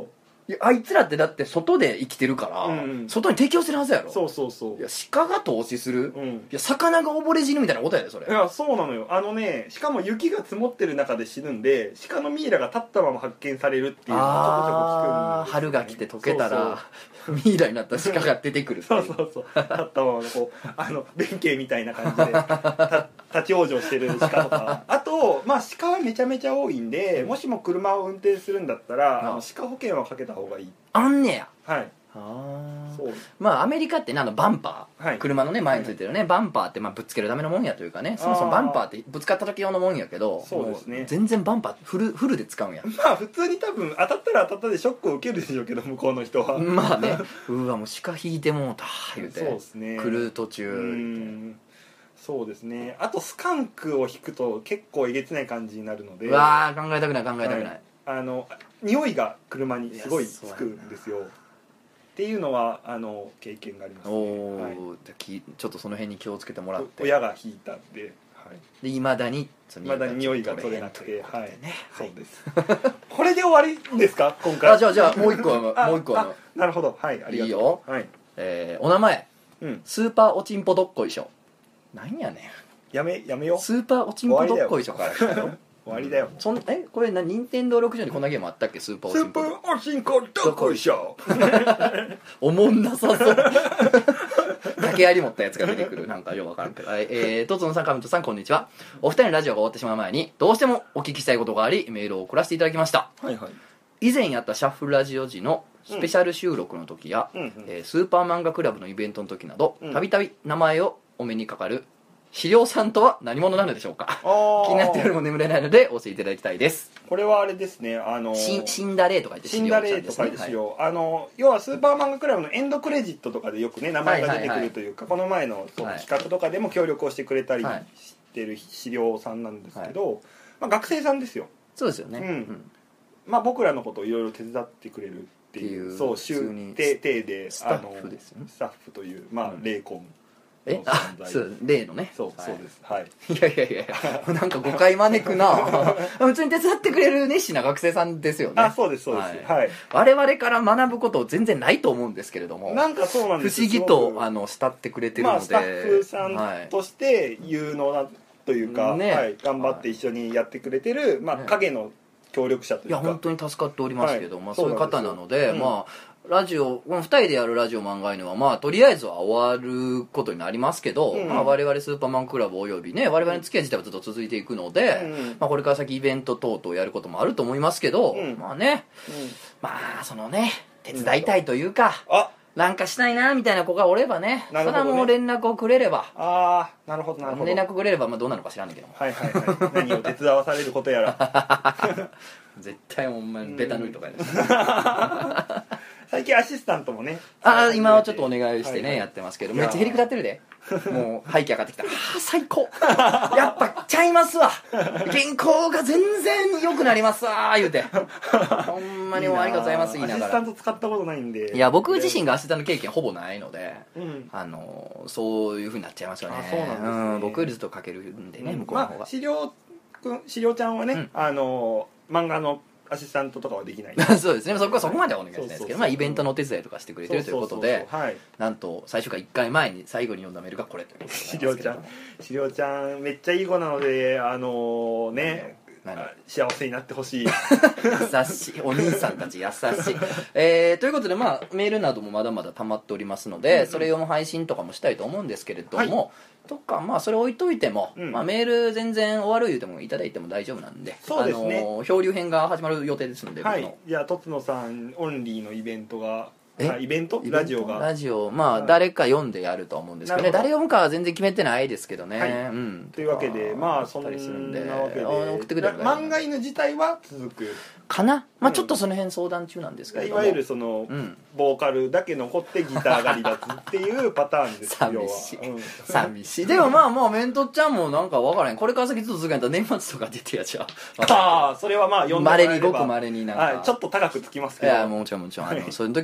いやあいつらってだって外で生きてるから、うんうん、外に適応してるはずやろ。 そうそうそう。 いや鹿が投資する、うん、いや魚が溺れ死ぬみたいなことやでそれ。 いやそうなのよ。あのね、しかも雪が積もってる中で死ぬんで、鹿のミイラが立ったまま発見されるっていうのがちょこちょこ聞くんですよ、ね、 春が来て溶けたらそうそうミイラになった鹿が出てくるっていうそうそうそう、立ったままのこうあの弁慶みたいな感じで立ち往生してる鹿とかあと、まあ、鹿はめちゃめちゃ多いんで、もしも車を運転するんだったら、あの鹿保険はかけた方がいい。 あんねや。 はい。 あそう。 まあアメリカってね、あのバンパー、はい、車のね前についてるね、はい、バンパーってまあぶつけるためのもんやというかね、そもそもバンパーってぶつかった時用のもんやけど、 そうですね、 全然バンパーフルフルで使うんや。 まあ普通に多分当たったら当たったでショックを受けるでしょうけど、向こうの人はまあねうわもう鹿引いてもうた言うて、 そうですね、 来る途中うんそうですね。あとスカンクを引くと結構えげつない感じになるので、 うわー考えたくない考えたくない、はい、 あの匂いが車にすごいつくんですよっていうのはあの経験がありますね。 お、はい、ちょっとその辺に気をつけてもらって、 親が引いたんで、はい、 で未だに未だに匂いが取れなくて、はい、 ね、 そうですこれで終わりですか今回。 あじゃあじゃあもう一個もう一個あなるほど、はい、ありがとう。いいよ、 はい、 えー、お名前、うん、スーパーおちんぽどっこいしょ。なんやねん、 やめやめよう。 スーパーおちんぽどっこいしょから来たよ終わりだよ。 そんえこれな任天堂ろくじゅうにこんなゲームあったっけ？スーパーおちんぽスーパーおちんこどっこいしょおもんなさそう竹槍持ったやつが出てくるなんかよくわからんけど、はい、えー、とつのさんかみとさんこんにちは。お二人のラジオが終わってしまう前にどうしてもお聞きしたいことがありメールを送らせていただきました。 はいはい。 以前やったシャッフルラジオ時のスペシャル収録の時や、うんうんうんえー、スーパー漫画クラブのイベントの時などたびたび名前をお目にかかる資料さんとは何者なのでしょうか。気になって夜も眠れないので教えていただきたいです。 これはあれですね、あのー、死んだ霊と書いて資料さんですね。死んだ霊と書いて資料、はい、あの要はスーパー漫画クラブのエンドクレジットとかでよくね名前が出てくるというか、はいはいはい、この前のその企画とかでも協力をしてくれたりしてる資料さんなんですけど、はいまあ、学生さんですよ。 そうですよね、 うんうん、まあ、僕らのことをいろいろ手伝ってくれるっていう、そう週程でスタッフですよね。 スタッフという、まあ、霊魂えあそう例のね。 そう、はい、そうです。はい。 いやいやいやなんか誤解招くな普通に手伝ってくれる熱心な学生さんですよね。 あそうですそうです、はいはい、 我々から学ぶこと全然ないと思うんですけれども、 なんかそうなんです不思議とあの慕ってくれてるので、まあ、 スタッフさんとして有能なというか、ねはい、頑張って一緒にやってくれてる、まあ、影の協力者というか、 いや本当に助かっておりますけど、はいまあ、そういう方なので、うん、まあラジオこのふたりでやるラジオ漫画犬はまあとりあえずは終わることになりますけど、うんまあ、我々スーパーマンクラブおよびね我々の付き合い自体はずっと続いていくので、うんまあ、これから先イベント等々やることもあると思いますけど、うん、まあね、うん、まあそのね手伝いたいというか、うん、あなんかしたいなみたいな子がおれば ね, ねそれはもう連絡をくれれば、 ああなるほどなるほど連絡くれればまあどうなのか知らんけども、 はいはいはい何を手伝わされることやら絶対ほんまにベタ塗りとかです最近アシスタントもねああ今はちょっとお願いしてね、はいはい、やってますけどめっちゃへりくだってるでもう背景上がってきたらあ最高やっぱちゃいますわ原稿が全然良くなりますわ言うてほんまにもうありがとうございます言いながらアシスタント使ったことないんでいや僕自身がアシスタント経験ほぼないので、うん、あのそういう風になっちゃいますよね。 あそうなんですね、うん、 僕よりずっと書けるんでね、うん、向こうの方が、 まあ、資料くん資料ちゃんはね、うん、あの漫画のアシスタントとかはできないそうですねそこはそこまではお願いしないですけどまあイベントのお手伝いとかしてくれてるということでなんと最初からいっかいまえに最後に読んだメールがこれということで資料ちゃん資料ちゃんめっちゃいい子なのであのー、ね幸せになってほしい優しいお兄さんたち優しい、えー、ということで、まあ、メールなどもまだまだ溜まっておりますので、うんうん、それ用の配信とかもしたいと思うんですけれども、はい、とかまあそれ置いといても、うんまあ、メール全然終わる言うてもいただいても大丈夫なんで、 そうですね、 あの漂流編が始まる予定ですので、 はい、いやとつのさんオンリーのイベントがイベントラジオがラジオまあ、はい、誰か読んでやると思うんですけどね誰読むかは全然決めてないですけどね、はいうん、 というわけでまあそんなわけで送ってくれる漫画犬自体は続くかな、まあ、ちょっとその辺相談中なんですけど、 いわゆるその、うん、ボーカルだけ残ってギターが離脱っていうパターンです寂しい、うん、寂しいでもまあもうメントちゃんもなんか分からへんこれから先ずっと続けんと年末とか出てやちゃうああそれはまあ読んでもらえればまれにごくまれになんか、 はい、ちょっと高くつきますけどいやもちろんもちろんあのそういう時は出します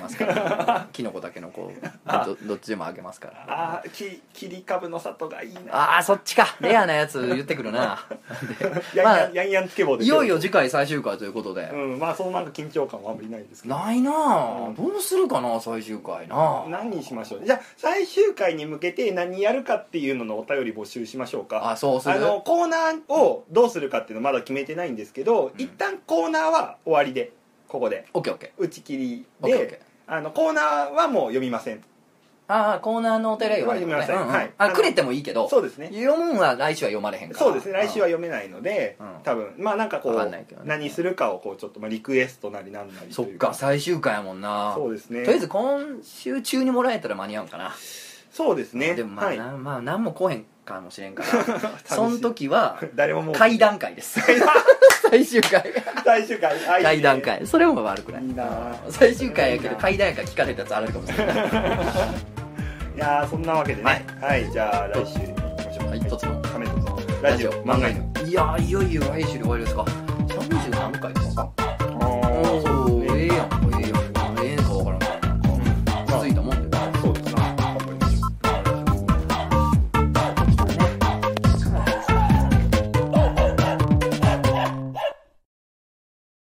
ますからキノコタケノコ ど, どっちでもあげますから。 ああき切り株の里がいいな。 ああそっちか、レアなやつ言ってくるなで、まあ、ヤンヤンヤンつけ棒でいよいよ次回最終回ということで、 うん、まあそのなんか緊張感はあんまりないですけど。 ないなあ、うん、どうするかな最終回な。 何にしましょう。じゃあ最終回に向けて何やるかっていうののお便り募集しましょうか。 あ、そうする。 あのコーナーをどうするかっていうのまだ決めてないんですけど、うん、一旦コーナーは終わりでここでオーケーオーケー 打ち切りで、オーケーオーケー、あのコーナーはもう読みません。 ああコーナーのお手例は読みません、うんうん、はい、 あくれてもいいけど、 そうですね、 読むんは来週は読まれへんから。 そうですね、来週は読めないので、うん、多分まあなんかこう、 ね、 何するかをこうちょっとまあリクエストなりなんなりというか。 そっか最終回やもんな。 そうですね、 とりあえず今週中にもらえたら間に合うんかな。 そうですね。 でもまあ、はい、なまあ何も来へんかもしれんからその時は誰ももう会談会です最終回最終回会談会、それも悪くない。 いいな最終回やけど会談やから聞かれたやつあるかもしれないいやーそんなわけでね、はい、はい、じゃあ来週いきましょう。 はい、一つの亀とラジオ漫画犬。 いやーいよいよ来週で終わりですか。